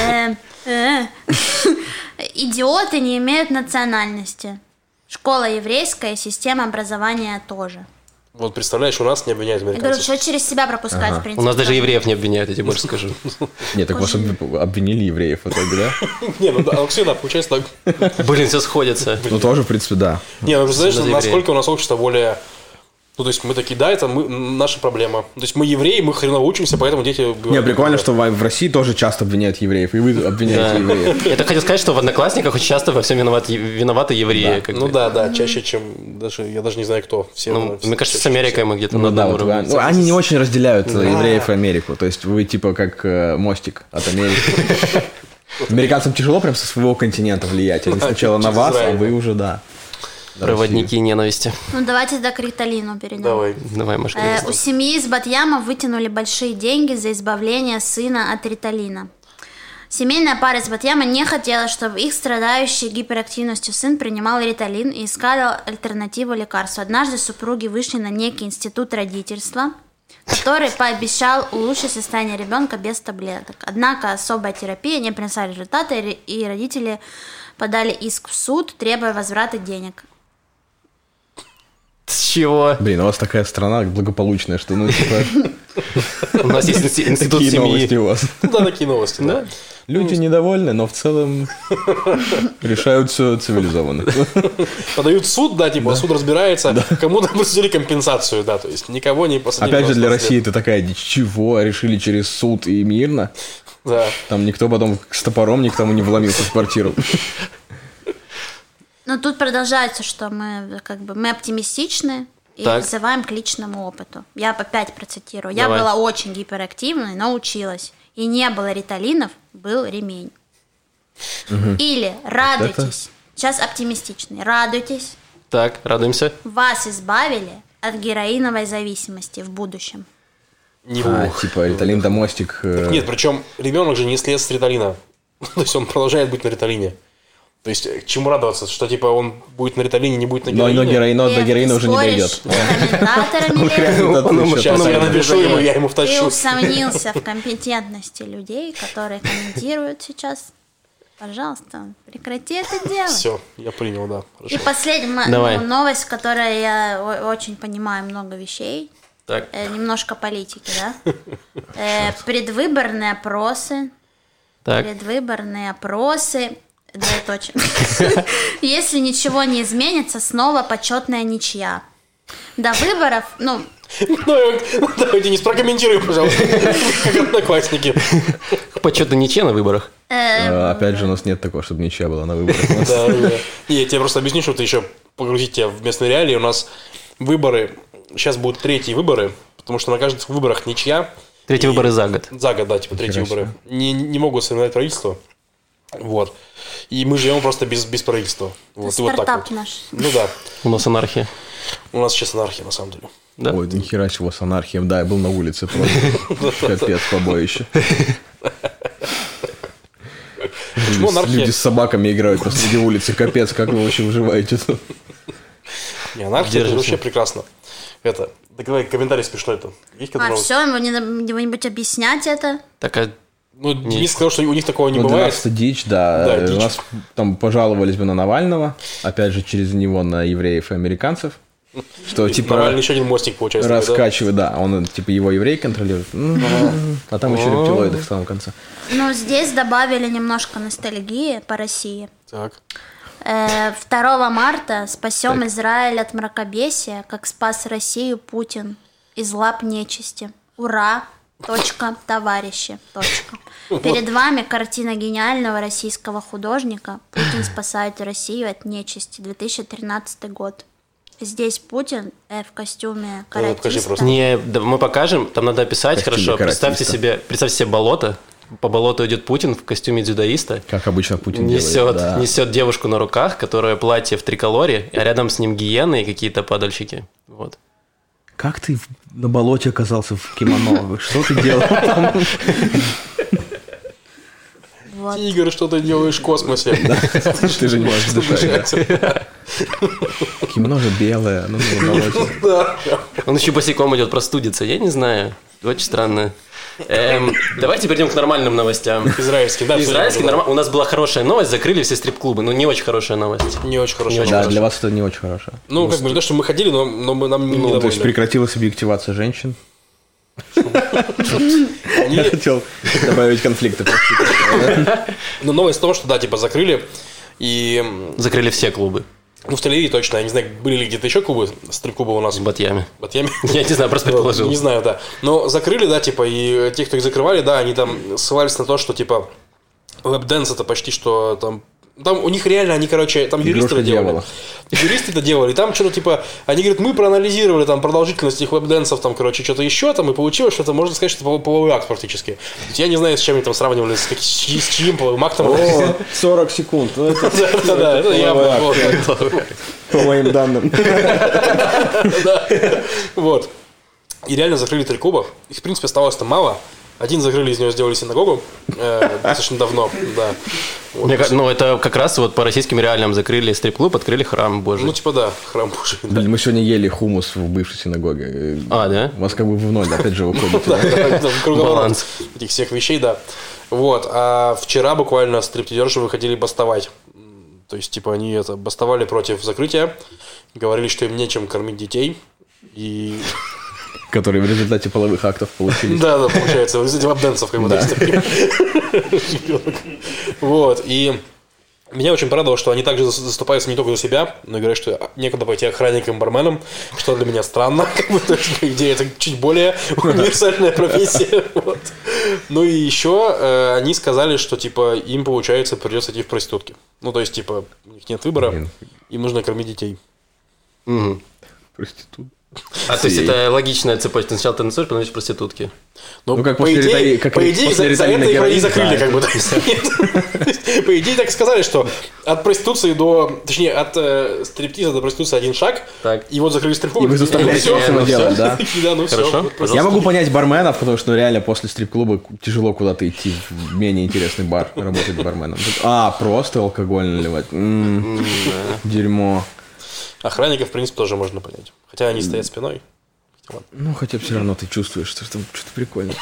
Идиоты не имеют национальности. Школа еврейская, система образования тоже. Вот представляешь, у нас не обвиняют Я американцев. говорю, что через себя пропускать, в принципе. У нас даже евреев не обвиняют, я тебе больше скажу. Нет, так вас обвинили евреев в итоге, да? Не, ну да, всегда получается так. Блин, все сходится. Ну, тоже, в принципе, да. Не, ну знаешь, насколько у нас общество более... Ну, то есть мы такие, да, это наша проблема. То есть мы евреи, мы хреново учимся, поэтому дети... Не, прикольно, что в России тоже часто обвиняют евреев, и вы обвиняете евреев. Я так хотел сказать, что в Одноклассниках очень часто во всем виноваты евреи. Ну да, чаще, чем даже, я даже не знаю, кто. Мне кажется, с Америкой мы где-то на одном уровне. Они не очень разделяют евреев и Америку, то есть вы типа как мостик от Америки. Американцам тяжело прям со своего континента влиять, они сначала на вас, а вы уже, да. Проводники ненависти. Ну, давайте до к риталину перейдем. Давай, Маша. У семьи из Батьяма вытянули большие деньги за избавление сына от риталина. Семейная пара из Батьяма не хотела, чтобы их страдающий гиперактивностью сын принимал риталин и искал альтернативу лекарству. Однажды супруги вышли на некий институт родительства, который пообещал улучшить состояние ребенка без таблеток. Однако особая терапия не принесла результата, и родители подали иск в суд, требуя возврата денег. С чего? Блин, у вас такая страна благополучная, что, ну, типа... У нас есть институт Такие семьи. новости у вас. Да, такие новости, да. Люди недовольны, но в целом решают все цивилизованно. Подают в суд, да, типа суд разбирается, кому-то присудили компенсацию, да, то есть никого не посадили. Опять же, для России это такая дичь. Чего? Решили через суд и мирно? Да. Там никто потом с топором никому не вломился в квартиру. Но тут продолжается, что мы оптимистичны и призываем к личному опыту. Я опять процитирую. Я была очень гиперактивной, но училась. И не было риталинов, был ремень. Или радуйтесь. Сейчас оптимистичный. Радуйтесь. Так, радуемся. Вас избавили от героиновой зависимости в будущем. Типа риталин да мостик. Нет, причем ребенок же не слез с риталина. То есть он продолжает быть на риталине. То есть к чему радоваться? Что типа он будет на риталине, не будет на героине? Но до героина уже не дойдет. С комментаторами. Сейчас я напишу ему, я ему втащу. Ты усомнился в компетентности людей, которые комментируют сейчас. Пожалуйста, прекрати это делать. Все, я принял, да. И последняя новость, в которой я очень понимаю много вещей. Так. Немножко политики, да? Предвыборные опросы. Предвыборные опросы. Двоеточие. Если ничего не изменится, снова почетная ничья. До выборов, Давайте не прокомментируй, пожалуйста, как Одноклассники. Почетная ничья на выборах. Опять же, у нас нет такого, чтобы ничья была на выборах. Да. Я тебе просто объясню, что ты еще погрузить тебя в местные реалии. У нас выборы, сейчас будут третьи выборы, потому что на каждых выборах ничья. Третьи выборы за год. За год, да, типа третьи выборы. Не могут соревновать правительство. Вот. И мы живем просто без правительства. Вот. Стартап наш. Ну да. У нас анархия. У нас сейчас анархия, на самом деле. Да? Ой, нихера себе у вас анархия. Да, я был на улице просто. Капец, побоище. Почему анархия? Люди с собаками играют посреди улицы. Капец, как вы вообще выживаете тут? Не, анархия это вообще прекрасно. Давай комментарий смешной это. Все, его-нибудь объяснять это. Денис сказал, что у них такого не бывает. 12 дичь, да. У нас там пожаловались бы на Навального, опять же, через него на евреев и американцев. Что, типа... Навальный еще один мостик, получается. Раскачивает, да. Он, типа, его еврей контролирует. А там еще рептилоиды в самом конце. Ну, здесь добавили немножко ностальгии по России. Так. 2 марта спасем Израиль от мракобесия, как спас Россию Путин из лап нечисти. Ура! Точка, товарищи. Точка. Перед вами картина гениального российского художника «Путин спасает Россию от нечисти», 2013 год. Здесь Путин в костюме каратиста. Не, да, мы покажем, там надо описать хорошо. Представьте себе болото. По болоту идет Путин в костюме дзюдоиста. Как обычно Путин делает. Да. Несет девушку на руках, которая платье в триколоре, а рядом с ним гиены и какие-то падальщики. Вот. Как ты на болоте оказался в кимоно? Что ты делал там? Тигр, что ты делаешь в космосе? Ты же не можешь дышать. Кимоно же белое. Он еще босиком идет, простудится. Я не знаю. Очень странно. Давайте перейдем к нормальным новостям. Израильским, да. Израильским нормально. У нас была хорошая новость, закрыли все стрип-клубы. Ну, не очень хорошая новость. Не очень хорошая. Да, для вас это не очень хорошая. Ну, как бы не то, что мы ходили, но нам не довольны. То есть прекратилась объективация женщин. Я хотел добавить конфликты. Но новость в том, что, да, типа закрыли. И... Закрыли все клубы. Ну, в Тель-Авиве точно. Я не знаю, были ли где-то еще клубы, стрип-клубы у нас. В Батьяме. Батьяме? Я не знаю, просто предположил. Не знаю, да. Но закрыли, да, типа, и те, кто их закрывали, да, они там ссылались на то, что, типа, лэп-дэнс это почти что там... Там у них реально, они, короче, там юристы это делали. Юристы это делали. И там что-то, типа, они говорят, мы проанализировали там продолжительность их лэп-дэнсов, там, короче, что-то еще, там, и получилось, что это, можно сказать, что это половой акт практически. Я не знаю, с чем они там сравнивали, с чьим половым актом. 40 секунд. Да, это я по моим данным. Вот. И реально закрыли 3 клуба. Их, в принципе, осталось там мало. Один закрыли, из него сделали синагогу достаточно давно, да. Вот. Ну, это как раз вот по российским реалиям закрыли стрип-клуб, открыли храм Божий. Ну, типа, да, храм Божий. Да. Блин, мы сегодня ели хумус в бывшей синагоге. Да? У вас как бы в ноль, опять же, выходит. Баланс этих всех вещей, да. Вот, а вчера буквально стриптизерши выходили бастовать. То есть, типа, они бастовали против закрытия, говорили, что им нечем кормить детей, и... Которые в результате половых актов получились. Да, получается, в результате лэп-дэнсов, как бы, вот, и меня очень порадовало, что они также заступаются не только за себя, но и говорят, что некуда пойти охранникам, барменам, что для меня странно, как бы, то есть, по идее, это чуть более универсальная профессия, вот. Ну и еще они сказали, что, типа, им, получается, придется идти в проститутки. Ну, то есть, типа, у них нет выбора, им нужно кормить детей. Проститут. То есть это логичная цепочка. Сначала танцуешь, потом идешь в проститутки. Ну, как по идее, за это и закрыли, как бы. По идее, так сказали, что от проституции до... Точнее, от стриптиза до проституции один шаг, и вот закрыли стрип-клуб. И вы заставляете это делать, да? Да, ну все. Я могу понять барменов, потому что реально после стрип-клуба тяжело куда-то идти в менее интересный бар, работать барменом. Просто алкоголь наливать. Дерьмо. Охранников, в принципе, тоже можно понять. Хотя они стоят спиной. Ну, хотя все равно ты чувствуешь, что там что-то прикольное.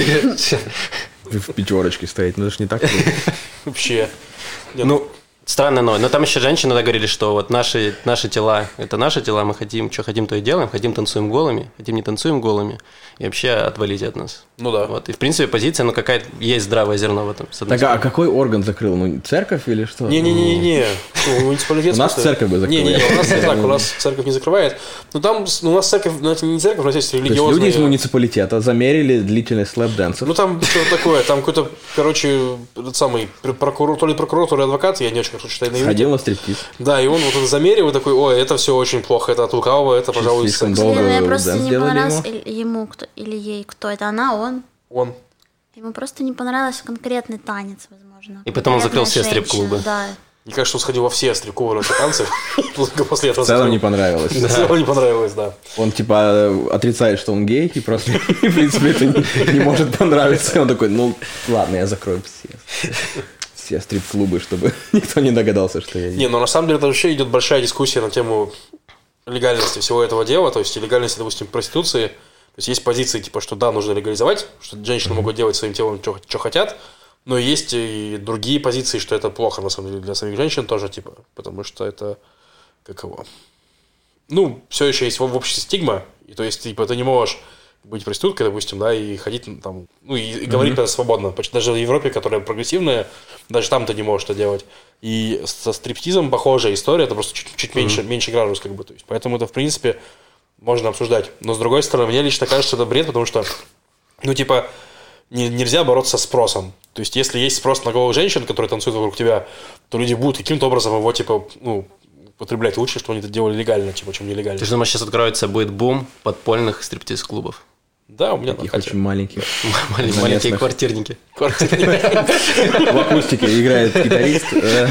В пятерочке стоять, ну это ж не так. Вообще. Ну, странно, но там еще женщины говорили, что вот наши тела, это наши тела, мы хотим, что хотим, то и делаем, хотим, танцуем голыми, хотим, не танцуем голыми, и вообще отвалите от нас. Ну да. Вот. И в принципе позиция, какая-то есть здравое зерно в этом. Так, а какой орган закрыл? Ну, церковь или что? Не-не-не. У нас церковь бы закрыла. Не, у нас не так, у нас церковь не закрывает. Но там у нас церковь, не церковь, у нас есть религиозные... То есть люди из муниципалитета замерили длительность лэп-дэнсов. Ну там что-то такое, там какой-то, короче, этот самый прокурор, то ли прокурор, то ли адвокат, я не очень хорошо читаю на иврите. Ходил на стриптиз. Да, и он вот это замерил и такой, ой, это все очень плохо, это от лукавого, это, пожалуй, слишком долго. Я просто не понравилось ему или ей, кто это, она, он. Он. Ему просто не понравился конкретный танец, возможно. И потом он закрыл все стрип-клубы. Да. Мне кажется, что он сходил во все стрип-клубы танцы. После этого в целом не понравилось. В целом не понравилось, да. Он типа отрицает, что он гей, и просто, в принципе, это не может понравиться. И он такой, ну ладно, я закрою все стрип-клубы, чтобы никто не догадался, что я гей. Не, но на самом деле это вообще идет большая дискуссия на тему легальности всего этого дела, то есть легальности, допустим, проституции. То есть позиции, типа, что да, нужно легализовать, что женщины могут делать своим телом, что хотят, но есть и другие позиции, что это плохо, на самом деле, для самих женщин тоже, типа, потому что это, ну, все еще есть в обществе стигма, и то есть, типа, ты не можешь быть проституткой, допустим, да, и ходить там, ну, и говорить свободно. Даже в Европе, которая прогрессивная, даже там ты не можешь это делать. И со стриптизом похожая история, это просто чуть меньше градус, как бы, то есть, поэтому это, в принципе, можно обсуждать. Но, с другой стороны, мне лично кажется, это бред, потому что, ну, типа, нельзя бороться со спросом. То есть, если есть спрос на голых женщин, которые танцуют вокруг тебя, то люди будут каким-то образом его, типа, ну, потреблять лучше, что они это делали легально, типа, чем нелегально. Ты же думаешь, сейчас откроется, будет бум подпольных стриптиз-клубов? Да, у меня таких очень маленьких. Маленькие квартирники. В акустике играет гитарист.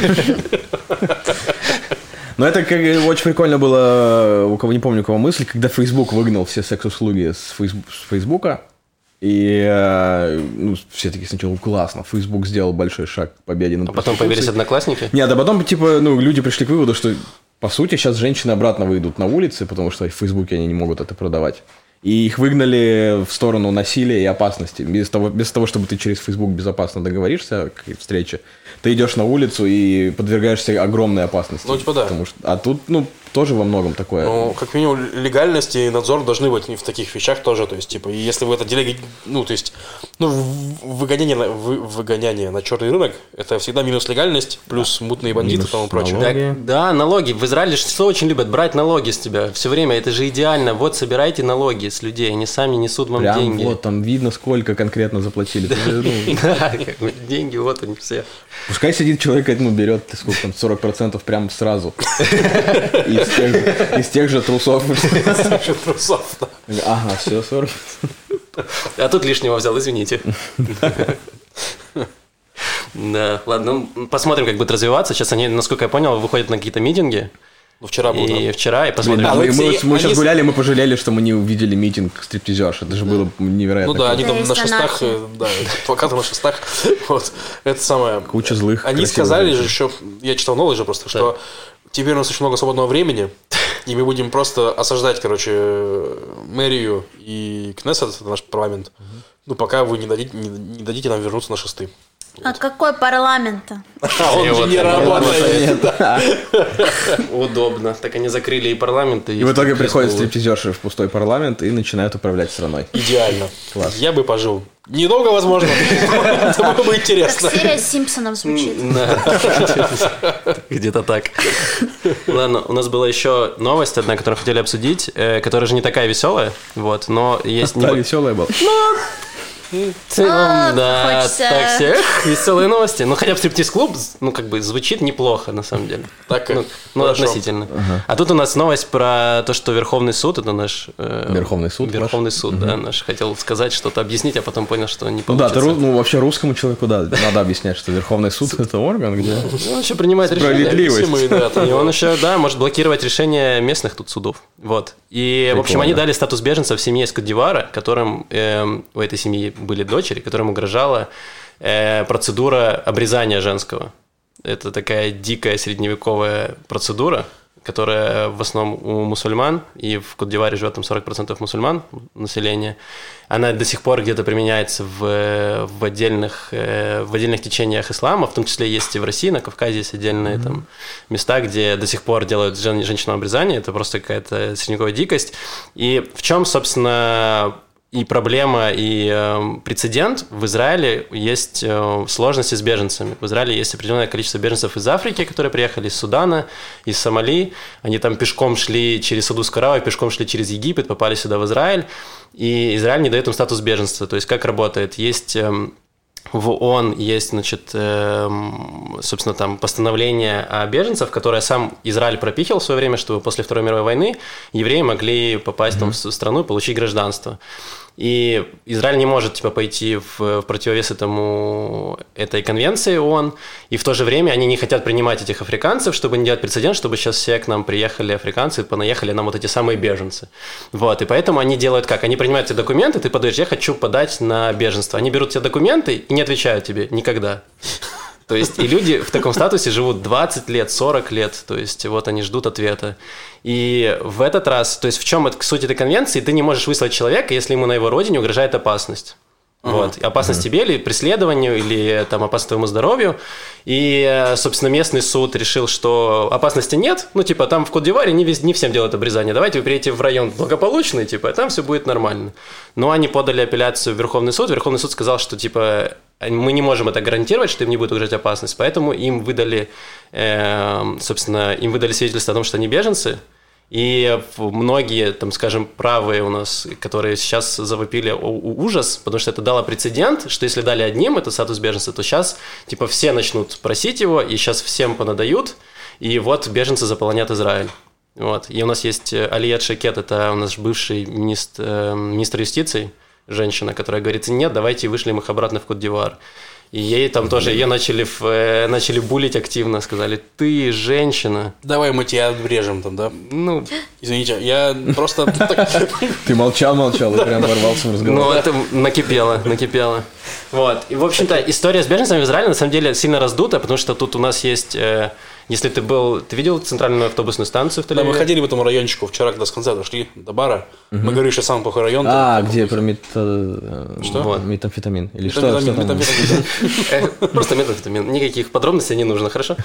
Но это очень прикольно было, у кого не помню, у кого мысль, когда Facebook выгнал все секс-услуги с Фейсбука. И ну, все такие сначала классно, Facebook сделал большой шаг к победе над потом появились Одноклассники? Нет, а потом, типа, ну, люди пришли к выводу, что, по сути, сейчас женщины обратно выйдут на улицы, потому что в Фейсбуке они не могут это продавать. И их выгнали в сторону насилия и опасности. Без того, чтобы ты через Facebook безопасно договоришься о какой-то встрече, ты идешь на улицу и подвергаешься огромной опасности. Ну, типа, да. А тут, ну, тоже во многом такое. Ну, как минимум, легальность и надзор должны быть в таких вещах тоже. То есть, типа, если вы это делегируете, ну, то есть, ну, выгоняние на черный рынок, это всегда минус легальность, плюс мутные бандиты и тому прочее. Налоги. Да, налоги. В Израиле что очень любят? Брать налоги с тебя все время. Это же идеально. Вот, собирайте налоги с людей, они сами несут вам прям деньги. Вот, там видно, сколько конкретно заплатили. Да, деньги, вот они все. Пускай сидит человек, ну, берет, сколько там, 40% прям сразу. Из тех же трусов. Ага, все, 40%. А тут лишнего взял, извините. Да, ладно, ну, посмотрим, как будет развиваться. Сейчас они, насколько я понял, выходят на какие-то митинги. Ну, вчера был, и вчера, и посмотрим. Мы сейчас гуляли, мы пожалели, что мы не увидели митинг стриптизерш. Это же было невероятно. Ну да, они там на шестах, да, плакаты на шестах. Вот, это самое. Куча злых. Они сказали же еще, я читал новость же просто, что теперь у нас очень много свободного времени, и мы будем просто осаждать, короче, мэрию и Кнессет, наш парламент, ну, пока вы не дадите нам вернуться на шесты. А какой парламент-то? Он же не работает. Удобно. Так они закрыли и парламент. И в итоге приходят стриптизерши в пустой парламент и начинают управлять страной. Идеально. Класс. Я бы пожил. Недолго, возможно. Это было бы интересно. Как серия Симпсонов звучит. Где-то так. Ладно, у нас была еще новость одна, которую хотели обсудить, которая же не такая веселая, вот, но есть... Да, веселая была. Да, так всех веселые новости. Ну, хотя бы стриптиз-клуб, ну, как бы звучит неплохо, на самом деле. Так, ну, относительно. А тут у нас новость про то, что Верховный суд, это наш... Верховный суд? Верховный суд, да, наш. Хотел сказать что-то, объяснить, а потом понял, что не получится. Да, ну, вообще русскому человеку, да, надо объяснять, что Верховный суд – это орган, где... Он еще принимает решения. Справедливость. И он еще, да, может блокировать решения местных тут судов. Вот. И, в общем, они дали статус беженца в семье из Кот-д'Ивуара, которым у этой семьи были дочери, которым угрожала процедура обрезания женского. Это такая дикая средневековая процедура, которая в основном у мусульман, и в Кот-д'Ивуаре живет там 40% мусульман населения. Она до сих пор где-то применяется в отдельных течениях ислама, в том числе есть и в России, на Кавказе есть отдельные там места, где до сих пор делают женщинам обрезание. Это просто какая-то средневековая дикость. И в чем, собственно, и проблема, и прецедент. В Израиле есть сложности с беженцами. В Израиле есть определенное количество беженцев из Африки, которые приехали из Судана, из Сомали. Они там пешком шли через Саудовскую Аравию, пешком шли через Египет, попали сюда в Израиль. И Израиль не дает им статус беженства. То есть как работает? Есть... В ООН есть, значит, собственно, там постановление о беженцах, которое сам Израиль пропихивал в свое время, чтобы после Второй мировой войны евреи могли попасть там в страну и получить гражданство. И Израиль не может типа пойти в противовес этой конвенции ООН, и в то же время они не хотят принимать этих африканцев, чтобы не делать прецедент, чтобы сейчас все к нам приехали африканцы, понаехали нам вот эти самые беженцы. Вот, и поэтому они делают как? Они принимают эти документы, ты подаешь, я хочу подать на беженство. Они берут те документы и не отвечают тебе никогда. То есть, и люди в таком статусе живут 20 лет, 40 лет, то есть, вот они ждут ответа. И в этот раз, то есть, в чем суть этой конвенции? Ты не можешь выслать человека, если ему на его родине угрожает опасность. Вот. Опасность тебе или преследованию, или там опасность твоему здоровью. И, собственно, местный суд решил, что опасности нет. Ну, типа, там в Кот-д'Ивуаре не всем делают обрезание. Давайте вы приедете в район благополучный, типа, там все будет нормально. Но они подали апелляцию в Верховный суд. Верховный суд сказал, что, типа, мы не можем это гарантировать, что им не будет угрожать опасность. Поэтому им выдали, свидетельство о том, что они беженцы. И многие, там, скажем, правые у нас, которые сейчас завопили ужас, потому что это дало прецедент, что если дали одним этот статус беженца, то сейчас, типа, все начнут просить его, и сейчас всем понадают, и вот беженцы заполонят Израиль. Вот. И у нас есть Алиет Шакет, это у нас бывший министр юстиции, женщина, которая говорит, нет, давайте вышлем их обратно в Кот-д'Ивуар. И ей там тоже, ее начали булить активно, сказали, ты женщина. Давай мы тебя обрежем там, да? Ну, извините, я просто... Ты молчал и прям ворвался в разговор. Ну, это накипело. Вот. И, в общем-то, история с беженцами в Израиле, на самом деле, сильно раздута, потому что тут у нас есть... Если ты видел центральную автобусную станцию в Тель-Авиве? Да, мы ходили в этом райончику вчера, когда с конца дошли до бара. Мы говорили, что самый плохой район. Где про метамфетамин? Или что там? Просто метамфетамин. Никаких подробностей не нужно, хорошо?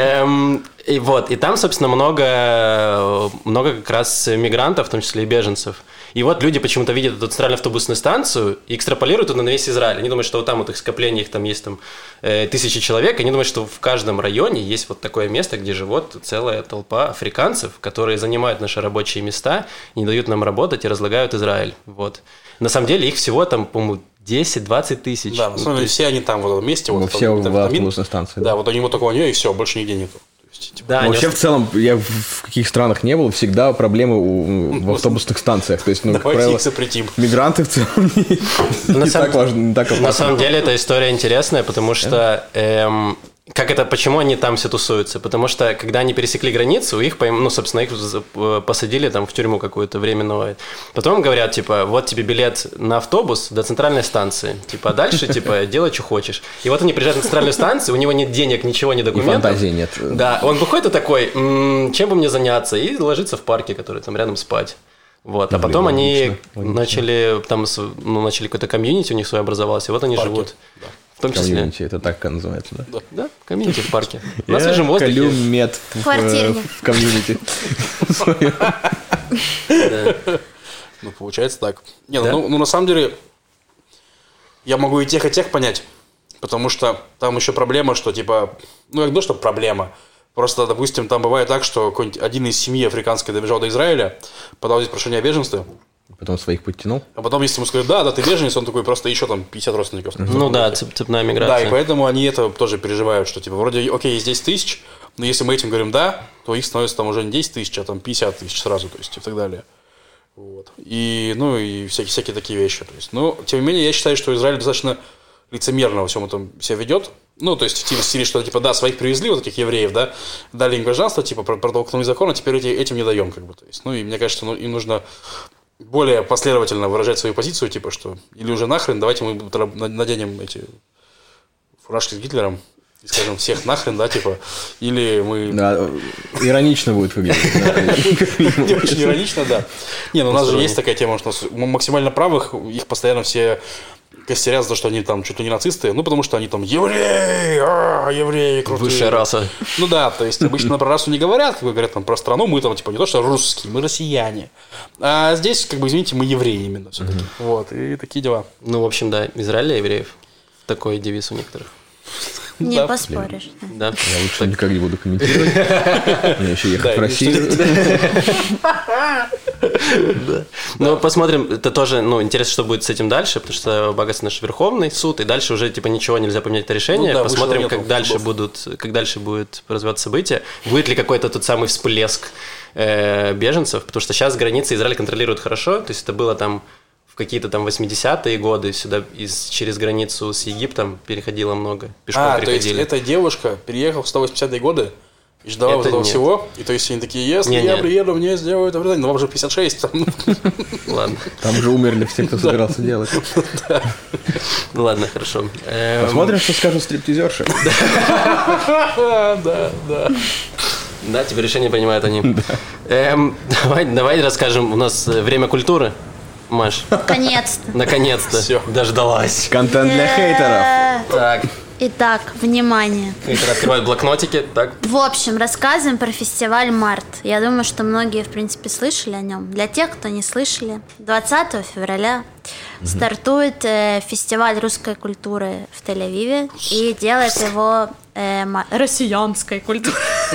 И вот, и там, собственно, много как раз мигрантов, в том числе и беженцев. И вот люди почему-то видят эту центральную автобусную станцию и экстраполируют это на весь Израиль. Они думают, что вот там вот их скопление, их там есть там, 1000 человек. Они думают, что в каждом районе есть вот такое место, где живет целая толпа африканцев, которые занимают наши рабочие места, не дают нам работать и разлагают Израиль. Вот. На самом деле их всего там, по-моему, 10-20 тысяч. Да, на самом деле все они там в этом месте. Вот все в автобусной станции. Да, вот они вот такого и все, больше нигде нету. Да, вообще, в целом, я в каких странах не был, всегда проблемы в автобусных станциях. То есть, как правило, их запретим. Мигранты в целом не так важно, не так опасно. На самом деле, эта история интересная, потому что... Почему они там все тусуются? Потому что, когда они пересекли границу, их посадили там в тюрьму какую-то временную. Потом говорят, типа, вот тебе билет на автобус до центральной станции. Типа, а дальше, типа, делай, что хочешь. И вот они приезжают на центральную станцию, у него нет денег, ничего, ни документов. И фантазии нет. Да, он выходит и такой, чем бы мне заняться? И ложится в парке, который там рядом спать. Вот. А потом они начали какой-то комьюнити у них свой образовался, и вот они живут. Да. В том числе. Комьюнити, это так называется, да? Да, комьюнити в парке. На свежем воздухе. Я колю мед в комьюнити. Ну, получается так. Не, ну, на самом деле, я могу и тех понять, потому что там еще проблема, что, типа, что проблема. Просто, допустим, там бывает так, что какой-нибудь один из семьи африканской добежал до Израиля, подал здесь прошение о беженстве. Потом своих подтянул. А потом, если ему сказать, да, ты беженец, он такой, просто еще там 50 родственников. Ну да, цепная миграция. Да, и поэтому они это тоже переживают, что типа вроде, окей, есть 10 тысяч, но если мы этим говорим да, то их становится там уже не 10 тысяч, а там 50 тысяч сразу, то есть и так далее. Вот. И, и всякие такие вещи. То есть, тем не менее, я считаю, что Израиль достаточно лицемерно во всем этом себя ведет. Ну, то есть, в стиле, что, типа, да, своих привезли, вот таких евреев, да, дали им гражданство, типа, протолкнули закон, а теперь этим не даем, как бы, то есть. И мне кажется, им нужно более последовательно выражать свою позицию, типа, что или уже нахрен, давайте мы наденем эти фуражки с Гитлером и скажем всех нахрен, да, типа, или мы... Да, иронично будет выглядеть. Не очень иронично, да. Не, у нас же есть такая тема, что максимально правых, их постоянно все костерят за то, что они там чуть ли не нацисты, потому что они там евреи, крутые. Высшая раса. Ну да, то есть обычно про расу не говорят, говорят там про страну, мы там типа не то, что русские, мы россияне. А здесь, как бы, извините, мы евреи именно все-таки. Вот, и такие дела. Ну, в общем, да, Израиль евреев. Такой девиз у некоторых. Не поспоришь. Да. Я лучше никак не буду комментировать. Мне еще ехать в Россию. Ну, посмотрим. Это тоже, интересно, что будет с этим дальше, потому что Багас наш Верховный суд, и дальше уже, типа, ничего нельзя поменять это решение. Посмотрим, как дальше будет развиваться события. Будет ли какой-то тот самый всплеск беженцев, потому что сейчас границы Израиль контролирует хорошо, то есть это было там какие-то там 80-е годы сюда через границу с Египтом переходило много, пешком переходили. То есть эта девушка переехала в 180-е годы и ждала вот этого всего, и то есть они такие, если я приеду, мне сделают обрезание, но вам же 56. Ладно. Там же умерли все, кто собирался делать. Ладно, хорошо. Посмотрим, что скажут стриптизерши. Да. Да, теперь решение принимают они. Давай расскажем, у нас время культуры. Маш. Наконец-то. Наконец-то. Все. Дождалась. Контент для хейтеров. Так. Итак, внимание. Хейтеры открывают блокнотики. Так. В общем, рассказываем про фестиваль «Март». Я думаю, что многие, в принципе, слышали о нем. Для тех, кто не слышали, 20 февраля стартует фестиваль русской культуры в Тель-Авиве и делает его россиянской культуры.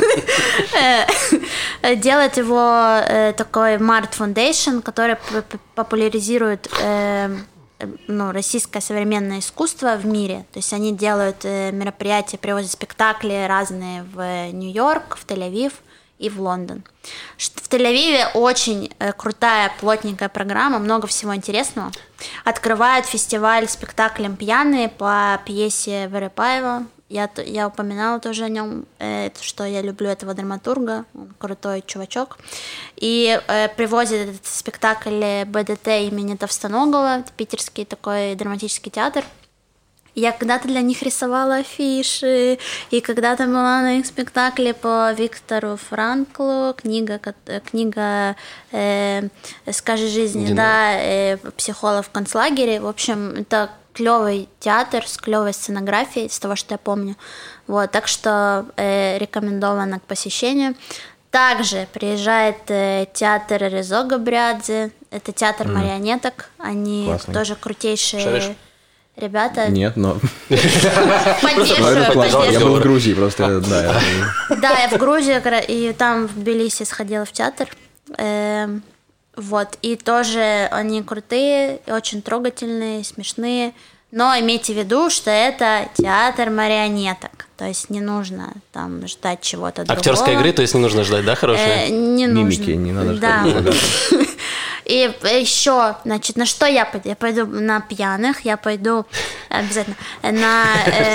Делает его такой Март Foundation, который популяризирует российское современное искусство в мире. То есть они делают мероприятия, привозят спектакли разные в Нью-Йорк, в Тель-Авив и в Лондон. В Тель-Авиве очень крутая, плотненькая программа, много всего интересного. Открывают фестиваль спектаклем «Пьяные» по пьесе Верепаева. Я упоминала тоже о нем, что я люблю этого драматурга, он крутой чувачок. И привозит этот спектакль БДТ имени Товстоногова, это питерский такой драматический театр. Я когда-то для них рисовала афиши, и когда-то была на их спектакле по Виктору Франклу, книга «Скажи жизни», да, «Психолог в концлагере». В общем, это клевый театр с клевой сценографией, с того, что я помню. Вот, так что рекомендовано к посещению. Также приезжает театр Резо Габриадзе, это театр марионеток, они классный. тоже крутейшие. Шаришь? Ребята. Нет, но... Поддерживаю. Я был в Грузии, просто, да. Да, я в Грузии, и там в Тбилиси сходила в театр. Вот, и тоже они крутые, очень трогательные, смешные. Но имейте в виду, что это театр марионеток. То есть не нужно там ждать чего-то другого. Актерской игры, то есть не нужно ждать, да, хорошие? Не нужно. Мимики не надо ждать. Да. И еще, значит, на что я пойду? Я пойду на «Пьяных», я пойду обязательно на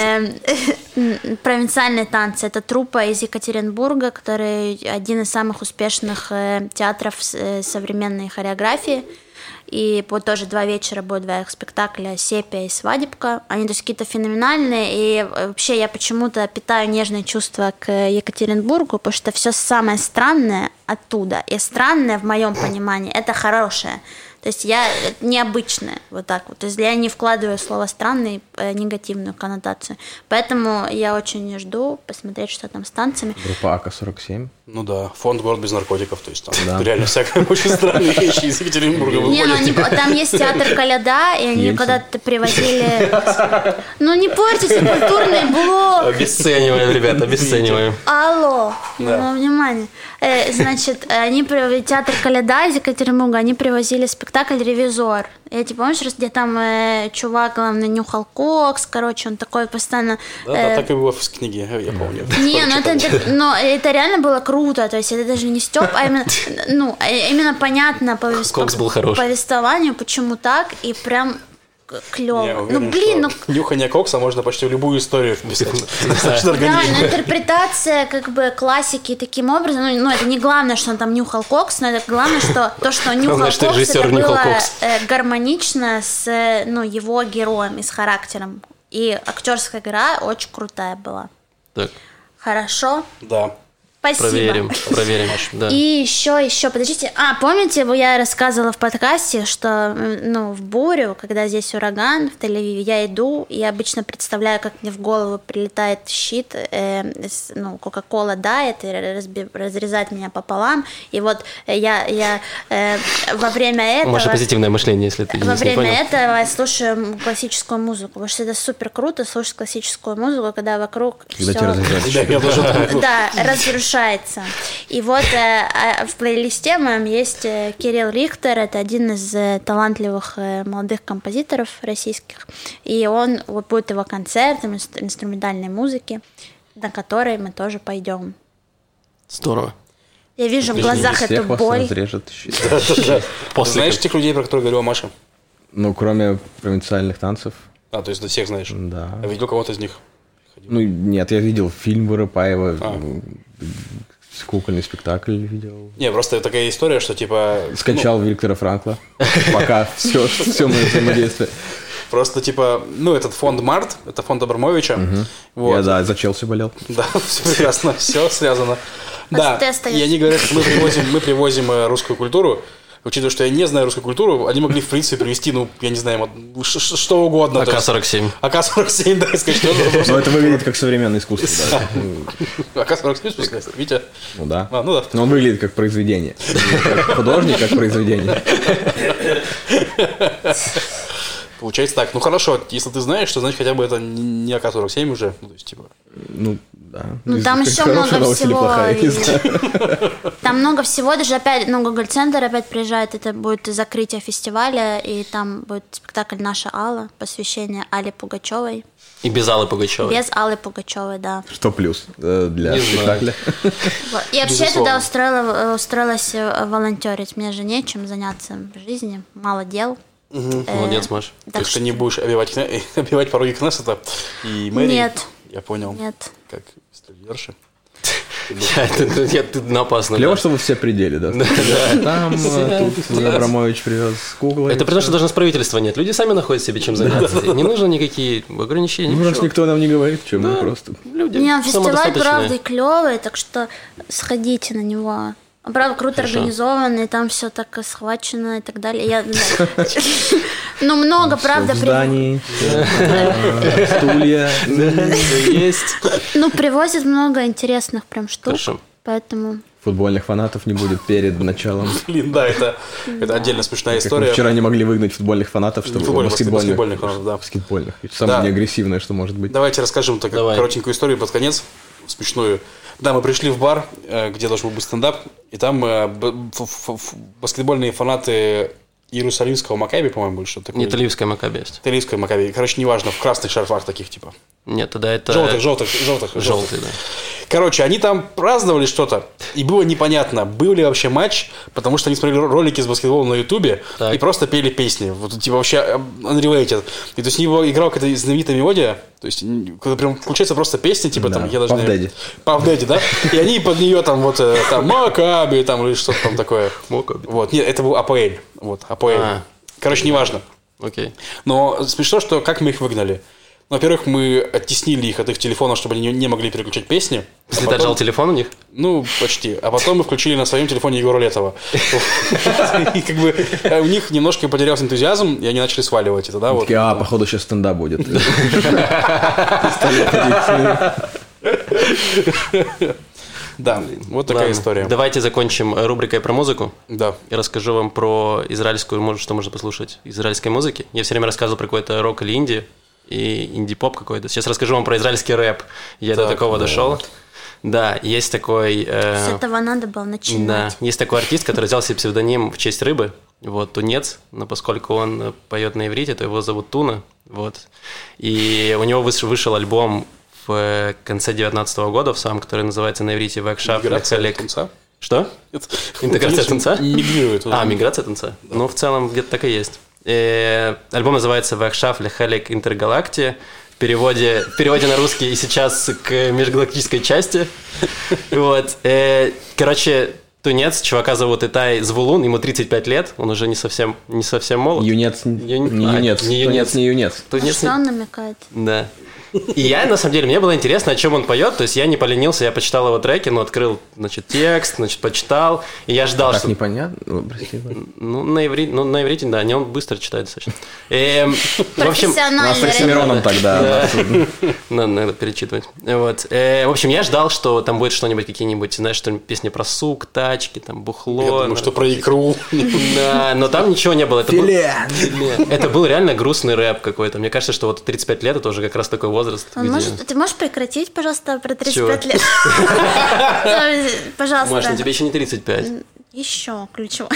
провинциальные танцы. Это труппа из Екатеринбурга, который один из самых успешных театров современной хореографии. И вот тоже 2 вечера будет 2 их спектакля «Сепия» и «Свадебка». Они то есть какие-то феноменальные. И вообще я почему-то питаю нежные чувства к Екатеринбургу, потому что все самое странное оттуда. И странное в моем понимании это хорошее. То есть я необычная, вот так вот. То есть я не вкладываю слово «странный» негативную коннотацию. Поэтому я очень жду посмотреть, что там с танцами. Группа АК-47. Ну да, фонд «Город без наркотиков», то есть там реально всякие очень странные вещи из Екатеринбурга выходят. Там есть театр «Коляда», и они когда-то привозили... Ну не портите культурный блок! Обесцениваем, ребята, обесцениваем. Алло, внимание. Значит, театр «Коляда» из Екатеринбурга, они привозили спектакль «Ревизор». Я типа, помнишь, где там чувак, главное, нюхал кокс, короче, он такой постоянно... Да, так и было в книге, я помню. Не, ну это реально было круто, то есть это даже не стёб, а именно, именно понятно по повествованию, почему так, и прям клево. Ну блин, нюхание кокса можно почти в любую историю вписать. Да, но интерпретация как бы классики таким образом, ну это не главное, что он там нюхал кокс, но это главное, что то, что он нюхал кокс, это было гармонично с его героем и с характером. И актерская игра очень крутая была. Так. Хорошо? Да. Спасибо. Проверим. Да. И еще, подождите. Помните, я рассказывала в подкасте, что в бурю, когда здесь ураган в Тель-Авиве, я иду и обычно представляю, как мне в голову прилетает щит, Кока-кола дает и разрезает меня пополам. И вот я во время этого... Ваше позитивное мышление, если ты не понял. Во время этого я слушаю классическую музыку, потому что это супер круто слушать классическую музыку, когда вокруг когда все... Да, разрушается. И вот в плейлисте моем есть Кирилл Рихтер, это один из талантливых молодых композиторов российских, и он будет его концерт инструментальной музыки, на который мы тоже пойдем. Здорово. Я вижу в глазах эту боль. Знаешь тех людей, про которых говорила Маша? Ну, кроме провинциальных танцев. То есть ты всех знаешь? Да. А видел кого-то из них? Ну, нет, я видел фильм Воропаева, кукольный спектакль видел. Не, просто такая история, что типа... Скачал Виктора Франкла, пока все мое взаимодействие. Просто типа, этот фонд «Март», это фонд Абрамовича. Вот. Я, за Челси болел. Да, все прекрасно, все связано. Да, и они говорят, что мы привозим русскую культуру учитывая, что я не знаю русскую культуру, они могли, в принципе, привести, ну, я не знаю, что угодно. АК-47. АК-47, да, сказать, что это. Но это выглядит как современное искусство, да. АК-47, в смысле, Витя? Ну да. Ну да. Но он выглядит как произведение. Как художник, как произведение. Получается так. Ну хорошо, если ты знаешь, то значит хотя бы это не АК-47 уже. Ну, то есть, типа... Ну, да. Ну, там еще много всего. Там много всего. Даже опять, Google Центр опять приезжает. Это будет закрытие фестиваля. И там будет спектакль «Наша Алла», посвящение Алле Пугачевой. И без Аллы Пугачевой. Без Аллы Пугачевой, да. Что плюс для спектакля? И вообще я туда устроилась волонтерить. Мне же нечем заняться в жизни. Мало дел. Молодец, Маш. То есть ты не будешь обивать пороги Кнессета и мэрии? Нет. Я понял. Нет. Как стильерши. Ты опасно. Клево, что вы все пределе, да? Там, тут Абрамович привез куклы. Это потому, что даже с правительства нет. Люди сами находят себе чем заняться. Не нужно никакие ограничения. Ну, раз никто нам не говорит, чем мы просто... Не, фестиваль, правда, клевый, так что сходите на него. Правда, круто организованный, там все так схвачено и так далее. Ну, много, правда. В здании, стулья есть. Ну, привозят много интересных прям штук, поэтому... Футбольных фанатов не будет перед началом. Блин, да, это отдельно смешная история. Вчера не могли выгнать футбольных фанатов, чтобы баскетбольных фанатов, да. Баскетбольных. Самое неагрессивное, что может быть. Давайте расскажем так коротенькую историю под конец, смешную. Да, мы пришли в бар, где должен был быть стендап, и там баскетбольные фанаты Иерусалимского Макаби, по-моему, или что-то такое. Не, Тель-Авивское Макаби есть. Тель-Авивское Макаби. Короче, неважно, в красных шарфах таких, типа. Нет, тогда это... Желтых. Желтый, да. Короче, они там праздновали что-то, и было непонятно, был ли вообще матч, потому что они смотрели ролики с баскетболом на Ютубе и просто пели песни. Вот, типа, вообще unrelated. И то есть, у него играла какая-то знаменитая мелодия, то есть, когда прям включается просто песня, типа, там, я даже не... Puff Daddy, да? И они под нее там, вот, там, Макаби, там, или что-то там такое. Вот, нет, это был АПЛ. Вот, АПЛ. Короче, неважно. Окей. Но смешно, что как мы их выгнали. Во-первых, мы оттеснили их от их телефона, чтобы они не могли переключать песни. Если ты отжал телефон у них? Ну, почти. А потом мы включили на своем телефоне Егора Летова. И как бы у них немножко потерялся энтузиазм, и они начали сваливать это, да? А, походу, сейчас стендап будет. Да, вот такая история. Давайте закончим рубрикой про музыку. Да. Я расскажу вам про израильскую, что можно послушать израильской музыки. Я все время рассказывал про какой-то рок или инди, и инди-поп какой-то. Сейчас расскажу вам про израильский рэп. Я до такого дошел. Да, есть такой... С этого надо было начинать. Да, есть такой артист, который взял себе псевдоним в честь рыбы. Вот, тунец, но поскольку он поет на иврите, то его зовут Туна. Вот. И у него вышел альбом в конце 2019 года, в самом, который называется на иврите «Вэкшаф лехалек». Тунца? Что? Интеграция тунца? Мигрирует. Миграция тунца? Да. Ну, в целом, где-то так и есть. Альбом называется «Вэкшаф лехалек интергалакти». В переводе на русский и сейчас к межгалактической части. Вот. Короче, тунец, чувака зовут Итай Звулун, ему 35 лет, он уже не совсем молод. Юнец. Не юнец. Что он намекает? Да. И я, на самом деле, мне было интересно, о чем он поет, то есть я не поленился, я почитал его треки, открыл, текст, почитал, и я ждал, что... Так непонятно? Прости. На иврите, да, он быстро читает достаточно. В общем... Профессионально. С Оксимироном тогда. Надо перечитывать. Вот. В общем, я ждал, что там будет что-нибудь, какие-нибудь, знаешь, что-нибудь песни про сук, тачки, там, бухло. Я думаю, что про икру. Да, но там ничего не было. Филе! Это был реально грустный рэп какой-то. Мне кажется, что вот 35 лет это уже как раз такой возраст. Ты можешь прекратить, пожалуйста, про 35 лет? Пожалуйста. Маш, тебе еще не 35. Еще ключево.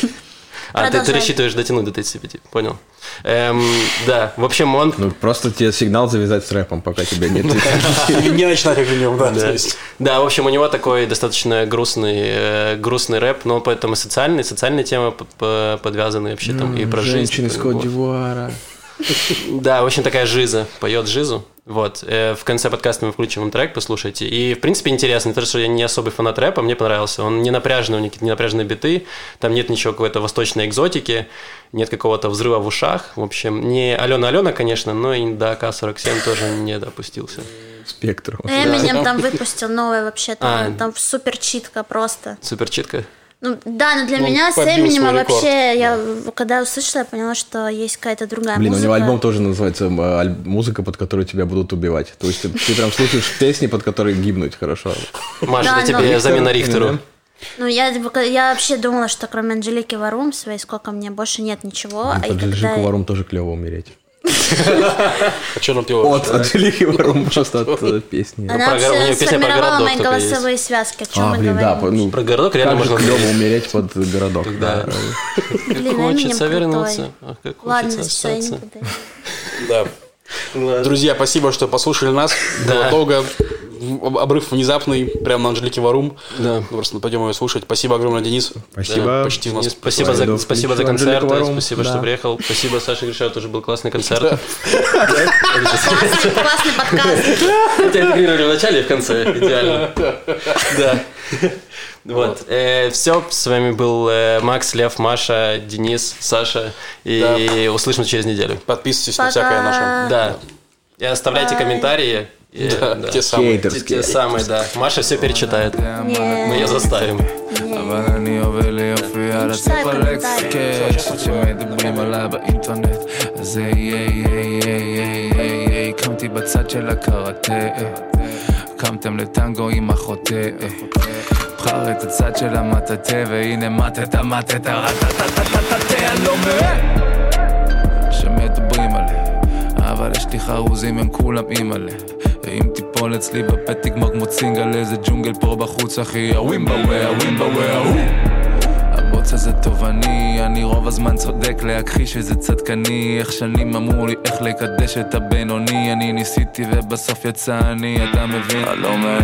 Ты рассчитываешь дотянуть до 35, понял. Да, в общем, он... Просто тебе сигнал завязать с рэпом, пока тебя нет. Не начинать как минимум, да. Да, в общем, у него такой достаточно грустный рэп, но поэтому социальные темы подвязаны вообще там и про жизнь. Женщины с Кот-д'Ивуара. Да, в общем, такая жиза, поет жизу. Вот, в конце подкаста мы включим вам трек, послушайте. И, в принципе, интересно, то, что я не особый фанат рэпа, мне понравился. Он не напряженный, у него какие-то не напряженные биты, там нет ничего какой-то восточной экзотики, нет какого-то взрыва в ушах. В общем, не Алена, конечно, но и до АК-47 тоже не допустился. Спектр. Эминем там выпустил новое вообще, там суперчитка просто. Суперчитка? Ну, да, но для меня с Эминемом вообще, я когда услышала, я поняла, что есть какая-то другая музыка. У него альбом тоже называется «Музыка, под которую тебя будут убивать». То есть ты прям слушаешь песни, под которые гибнуть хорошо. Маша, да, это тебе замена Рихтеру. Ну, я вообще думала, что кроме Анжелики Варум, своей сколько мне больше нет ничего. Под Анжелику Варум тоже клево умереть. А что нам пела? От Анжелики Варум, просто от песни. Она вообще сформировала мои голосовые связки, о чем мы говорим. Да, ну, про городок реально можно клево умереть под городок. Да. Хочется вернуться. Ладно, все, я не буду. Да. Друзья, спасибо, что послушали нас. Было долго. Обрыв внезапный, прямо на Анжелике Варум. Да. Просто пойдем ее слушать. Спасибо огромное, Денис. Спасибо. Почти у нас. Спасибо за концерт. Спасибо, что приехал. Спасибо, Саша Гришаев, тоже был классный концерт. Классный подкаст. Тебя интегрировали в начале и в конце. Идеально. Да. Вот. Все, с вами был Макс, Лев, Маша, Денис, Саша. И услышимся через неделю. Подписывайтесь на всякое наше. Да. И оставляйте комментарии. Да. Те самые. Те самые, да. Маша все перечитает. Мы ее заставим. קמתי בצד של הקראטה, קמתם לטנגו עם החוטא, בחר את הצד של המטאטה, והנה מטת, אני לא מבין שמדברים עליה, אבל יש לי חרוזים הם כולם אימאלה, אם תיפול אצלי בפה תגמר כמו צינגל, איזה ג'ונגל פה בחוץ אחי, הווימבאווה, הבוץ הזה תובעני, אני רוב הזמן צודק להכחיש איזה צדקני, איך שנים אמרו לי איך לקדש את הבינוני, אני ניסיתי ובסוף יצא אני, אתה מבין? הלומה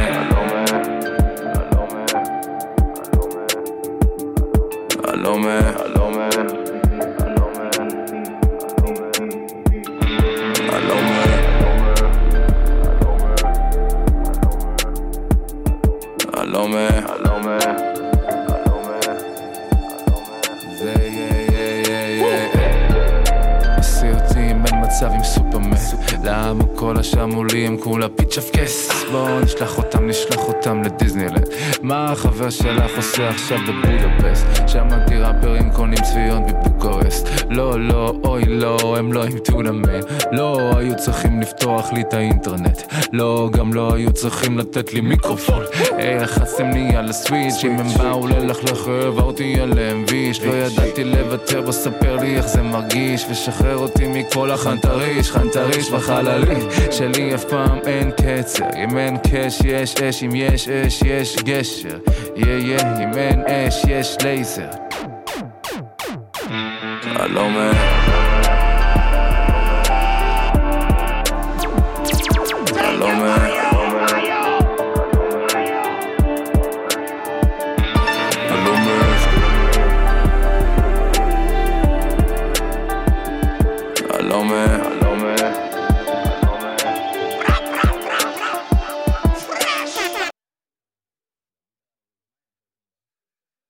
עם סופרמן למה כל השמולי הם כולה פיצ'ף כס בואו נשלח אותם לדיסנילנד מה החבר שלך עושה עכשיו בבודפסט שמעתי ראפרים קונים צביון בבוקרסט לא, אוי לא, הם לא עם טונמן לא היו צריכים לפתוח לי את האינטרנט לא, גם לא היו צריכים לתת לי מיקרופון איך חסמני על הסוויץ' אם הם באו ללכלך העברתי עליהם ויש לא ידעתי לוותר בספר לי איך זה מרגיש ושחרר אותי מכל חנטריש בחללי שלי אף פעם אין קצר אם אין קש יש אש אם יש אש יש גשר אם אין אש יש לייזר הלומה